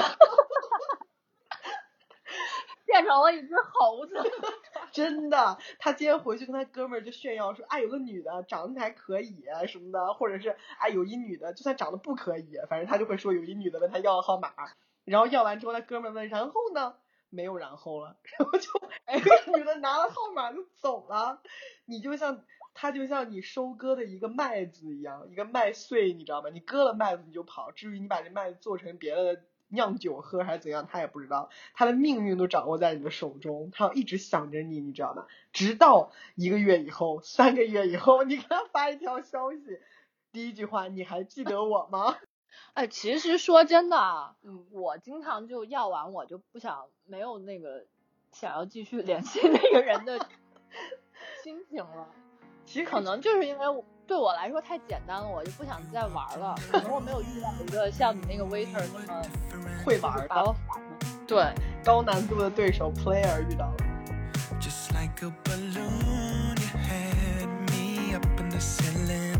Speaker 3: 变成了一只猴子
Speaker 2: 真的，他今天回去跟他哥们儿就炫耀说，有个女的长得还可以什么的，或者是有一女的就算长得不可以，反正他就会说有一女的问他要号码，然后要完之后他哥们儿问然后呢，没有然后了，然后就那个女的拿了号码就走了，他就像你收割的一个麦子一样，一个麦穗，你知道吗？你割了麦子你就跑，至于你把这麦子做成别的酿酒喝还是怎样，他也不知道，他的命运都掌握在你的手中，他要一直想着你，你知道吗？直到1个月以后、3个月以后，你给他发一条消息，第一句话你还记得我吗？
Speaker 3: 其实说真的啊，我经常就要完我就不想，没有那个想要继续联系那个人的心情了。
Speaker 2: 其实
Speaker 3: 可能就是因为对我来说太简单了，我就不想再玩了。可能我没有遇到一个像你那个 waiter 那么
Speaker 2: 会玩
Speaker 3: 把我对
Speaker 2: 高难度的对手 player 遇到了。
Speaker 4: Just like a balloon, you had me up in the ceiling.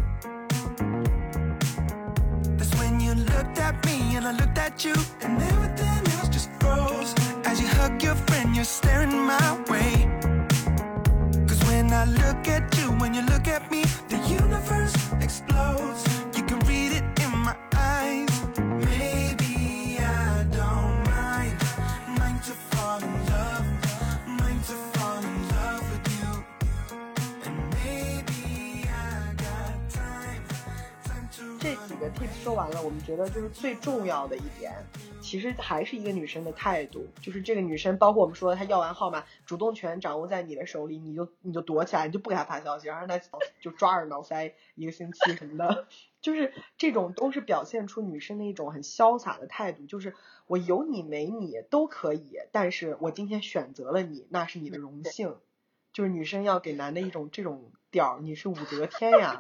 Speaker 4: That's when you looked at me and I looked at you, and everything else just froze. As you hug your friend, you're staring my way. Cause when I look at you, when you look at me, the universe explodes. You can read it in my eyes. Maybe I don't mind to fall in love, mind to fall in love with you. And maybe I got time to
Speaker 2: 这几个 tips 说完了，我们觉得就是最重要的一点，其实还是一个女生的态度，就是这个女生，包括我们说她要完号码，主动权掌握在你的手里，你就躲起来，你就不给她发消息，然后让她就抓耳挠腮1个星期什么的，就是这种都是表现出女生的一种很潇洒的态度，就是我有你没你都可以，但是我今天选择了你，那是你的荣幸，就是女生要给男的一种这种调，你是武则天呀。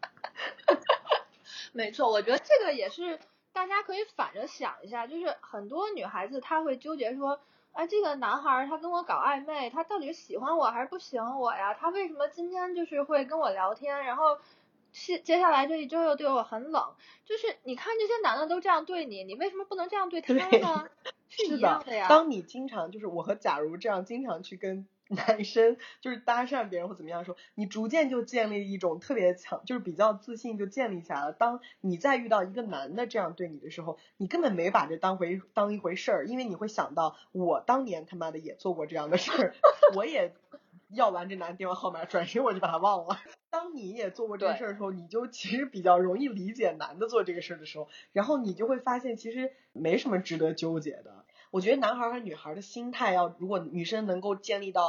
Speaker 3: 没错，我觉得这个也是大家可以反着想一下，就是很多女孩子她会纠结说，这个男孩他跟我搞暧昧，他到底是喜欢我还是不喜欢我呀？他为什么今天就是会跟我聊天，然后接下来这一周又对我很冷？就是你看这些男的都这样对你，你为什么不能这样对他呢？是一样的呀。
Speaker 2: 当你经常就是我和假如这样经常去跟男生就是搭讪别人或怎么样的时候，你逐渐就建立一种特别强，就是比较自信就建立起来了。当你再遇到一个男的这样对你的时候，你根本没把这当一回事儿，因为你会想到我当年他妈的也做过这样的事儿，我也要完这男的电话号码，转身我就把他忘了。当你也做过这个事儿的时候，你就其实比较容易理解男的做这个事儿的时候，然后你就会发现其实没什么值得纠结的。我觉得男孩和女孩的心态如果女生能够建立到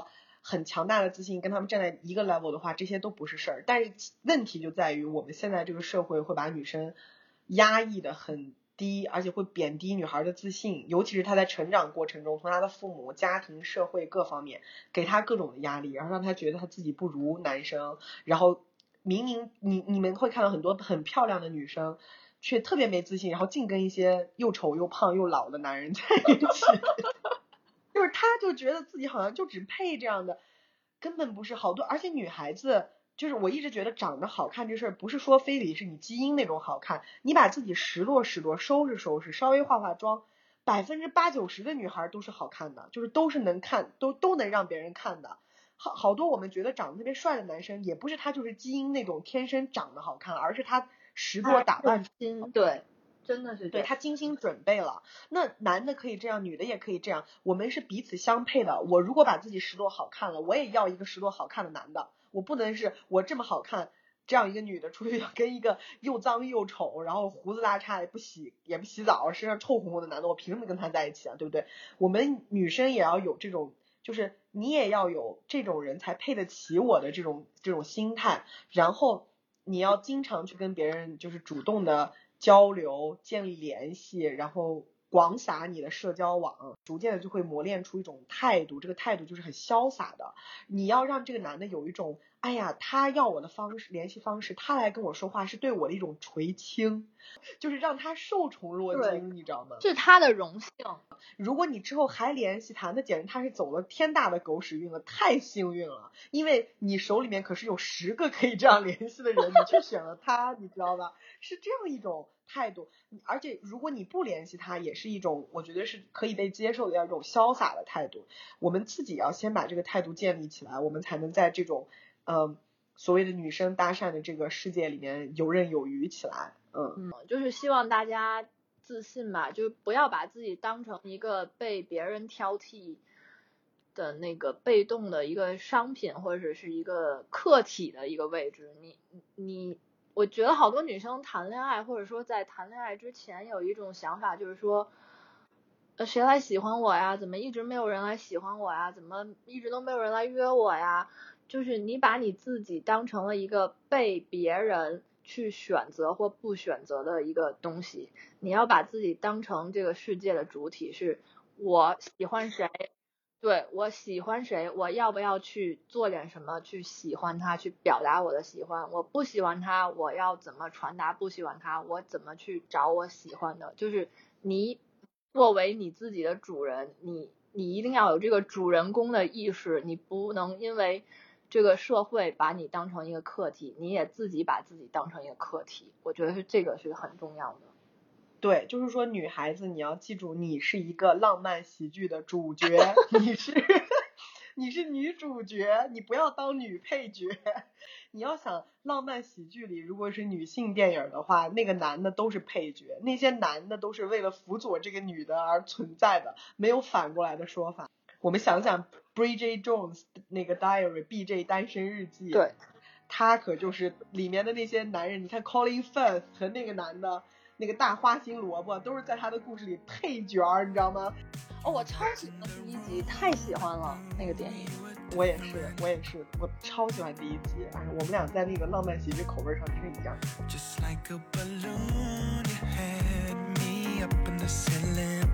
Speaker 2: 很强大的自信，跟他们站在一个 level 的话，这些都不是事儿。但是问题就在于我们现在这个社会会把女生压抑的很低，而且会贬低女孩的自信，尤其是她在成长过程中，从她的父母、家庭、社会各方面给她各种的压力，然后让她觉得她自己不如男生，然后明明你们会看到很多很漂亮的女生却特别没自信，然后净跟一些又丑又胖又老的男人在一起就是她就觉得自己好像就只配这样的，根本不是。好多而且女孩子就是我一直觉得长得好看这事儿不是说非得是你基因那种好看，你把自己拾掇拾掇收拾收拾稍微化化妆，80%-90%的女孩都是好看的，就是都是能看都能让别人看的。好多我们觉得长得特别帅的男生也不是他就是基因那种天生长得好看，而是他拾掇打扮
Speaker 3: 对，真的是
Speaker 2: 对他精心准备了。那男的可以这样，女的也可以这样，我们是彼此相配的。我如果把自己拾掇好看了，我也要一个拾掇好看的男的，我不能是我这么好看这样一个女的出去要跟一个又脏又丑然后胡子拉碴也不洗澡身上臭烘烘的男的，我凭什么跟他在一起啊，对不对？我们女生也要有这种，就是你也要有这种人才配得起我的这种心态，然后你要经常去跟别人就是主动的交流建立联系，然后广撒你的社交网，逐渐的就会磨练出一种态度，这个态度就是很潇洒的。你要让这个男的有一种哎呀他要我的联系方式，他来跟我说话是对我的一种垂青，就是让他受宠若惊，你知道吗？
Speaker 3: 这是他的荣幸。
Speaker 2: 如果你之后还联系他，那简直他是走了天大的狗屎运了，太幸运了，因为你手里面可是有10个可以这样联系的人，你却选了他，你知道吧？是这样一种态度。而且如果你不联系他，也是一种我觉得是可以被接受的一种潇洒的态度。我们自己要先把这个态度建立起来，我们才能在这种所谓的女生搭讪的这个世界里面游刃有余起来。
Speaker 3: 就是希望大家自信吧，就不要把自己当成一个被别人挑剔的那个被动的一个商品，或者是一个客体的一个位置。我觉得好多女生谈恋爱，或者说在谈恋爱之前有一种想法，就是说谁来喜欢我呀？怎么一直没有人来喜欢我呀？怎么一直都没有人来约我呀？就是你把你自己当成了一个被别人去选择或不选择的一个东西，你要把自己当成这个世界的主体，是我喜欢谁，对，我喜欢谁，我要不要去做点什么去喜欢他，去表达我的喜欢，我不喜欢他，我要怎么传达不喜欢他，我怎么去找我喜欢的。就是你作为你自己的主人，你一定要有这个主人公的意识，你不能因为这个社会把你当成一个客体，你也自己把自己当成一个客体，我觉得这个是很重要的。
Speaker 2: 对，就是说女孩子你要记住，你是一个浪漫喜剧的主角你是女主角，你不要当女配角。你要想浪漫喜剧里如果是女性电影的话，那个男的都是配角，那些男的都是为了辅佐这个女的而存在的，没有反过来的说法。我们想想 Bridget Jones 那个 Diary BJ 单身日记，
Speaker 3: 对，
Speaker 2: 他可就是里面的那些男人，你看 Colin Firth 和那个男的那个大花心萝卜都是在他的故事里配角，你知道吗？
Speaker 3: 我超喜欢第一集，太喜欢了那个电影。
Speaker 2: 我也是，我超喜欢第一集。我们俩在那个浪漫喜剧口味上是一样。
Speaker 4: Just like a balloon, you had me up in the ceiling.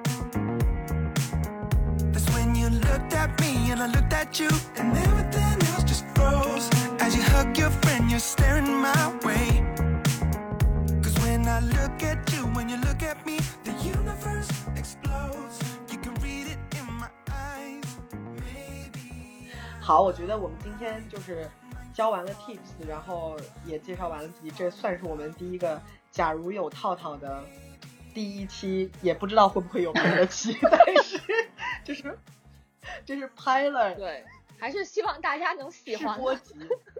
Speaker 4: That's when you looked at me and I looked at you, and everything else just froze. As you hug your friend, you're staring my way. Cause when I look at you, when you look at me, the universe explodes. You can read it in my eyes. Maybe
Speaker 2: 好，我觉得我们今天就是教完了 tips， 然后也介绍完了自己，这算是我们第一个假如有套套的第一期，也不知道会不会有别的期，但是就是拍了，
Speaker 3: 对，还是希望大家能喜欢
Speaker 2: 试播集。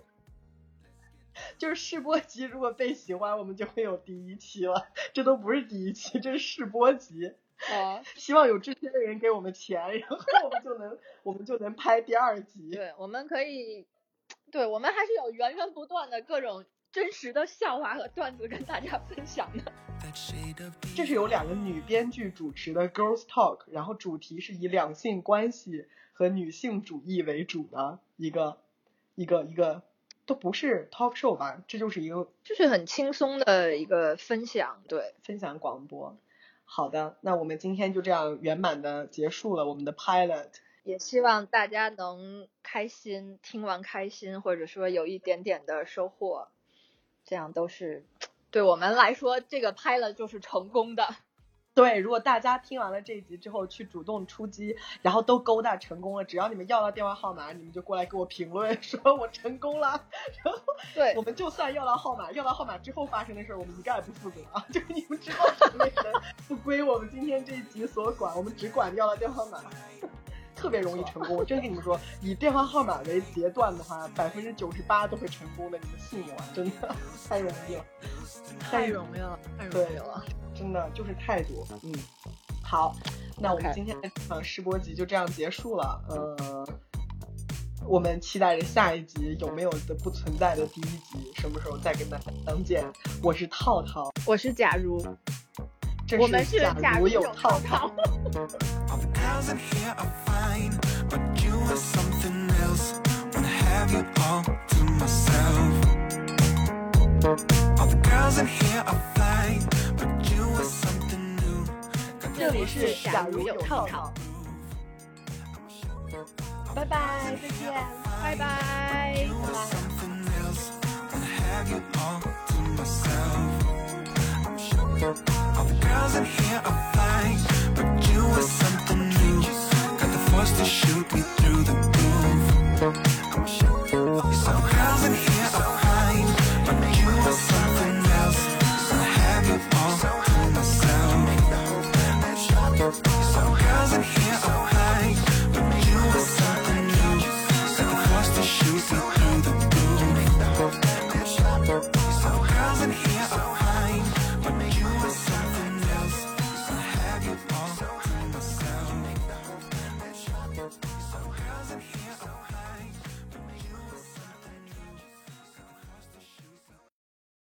Speaker 2: 就是试播集如果被喜欢，我们就会有第一期了。这都不是第一期，这是试播集。希望有这些人给我们钱，然后我们就能拍第2集。
Speaker 3: 对，我们可以，对，我们还是有源源不断的各种真实的笑话和段子跟大家分享的。这
Speaker 2: 是由2个女编剧主持的 Girls Talk， 然后主题是以两性关系和女性主义为主的一个都不是 talk show 吧，这就是一个
Speaker 3: 就是很轻松的一个分享，对，
Speaker 2: 分享广播。好的，那我们今天就这样圆满的结束了我们的 pilot，
Speaker 3: 也希望大家能开心，听完开心，或者说有一点点的收获，这样都是对我们来说这个pilot就是成功的。
Speaker 2: 对，如果大家听完了这一集之后去主动出击，然后都勾搭成功了，只要你们要到电话号码，你们就过来给我评论说我成功了，然后
Speaker 3: 对，
Speaker 2: 我们就算要到号码之后发生的事我们一概不负责啊，就是你们之后什么人不归我们今天这一集所管，我们只管要到电话号码。特别容易成功，我真跟你们说，以电话号码为结段的话，98%都会成功的，你们信我，真的太容易了，
Speaker 3: 太容易了，太容易了，
Speaker 2: 真的就是态度。好，那我们今天的这场试播集就这样结束了。我们期待着下一集有没有的不存在的第一集，什么时候再跟大家相见。我是套套，
Speaker 3: 我是假如，
Speaker 2: 我们是假如有套套。
Speaker 4: Girls in here are fine, but you are something else. Wanna have you all to myself. All the girls in here are fine, but you are something new.
Speaker 2: 这里是假如有套套，拜拜，再见，
Speaker 3: 拜拜。
Speaker 4: You are something else. Wanna have you all to myself. All the girls in here are fine.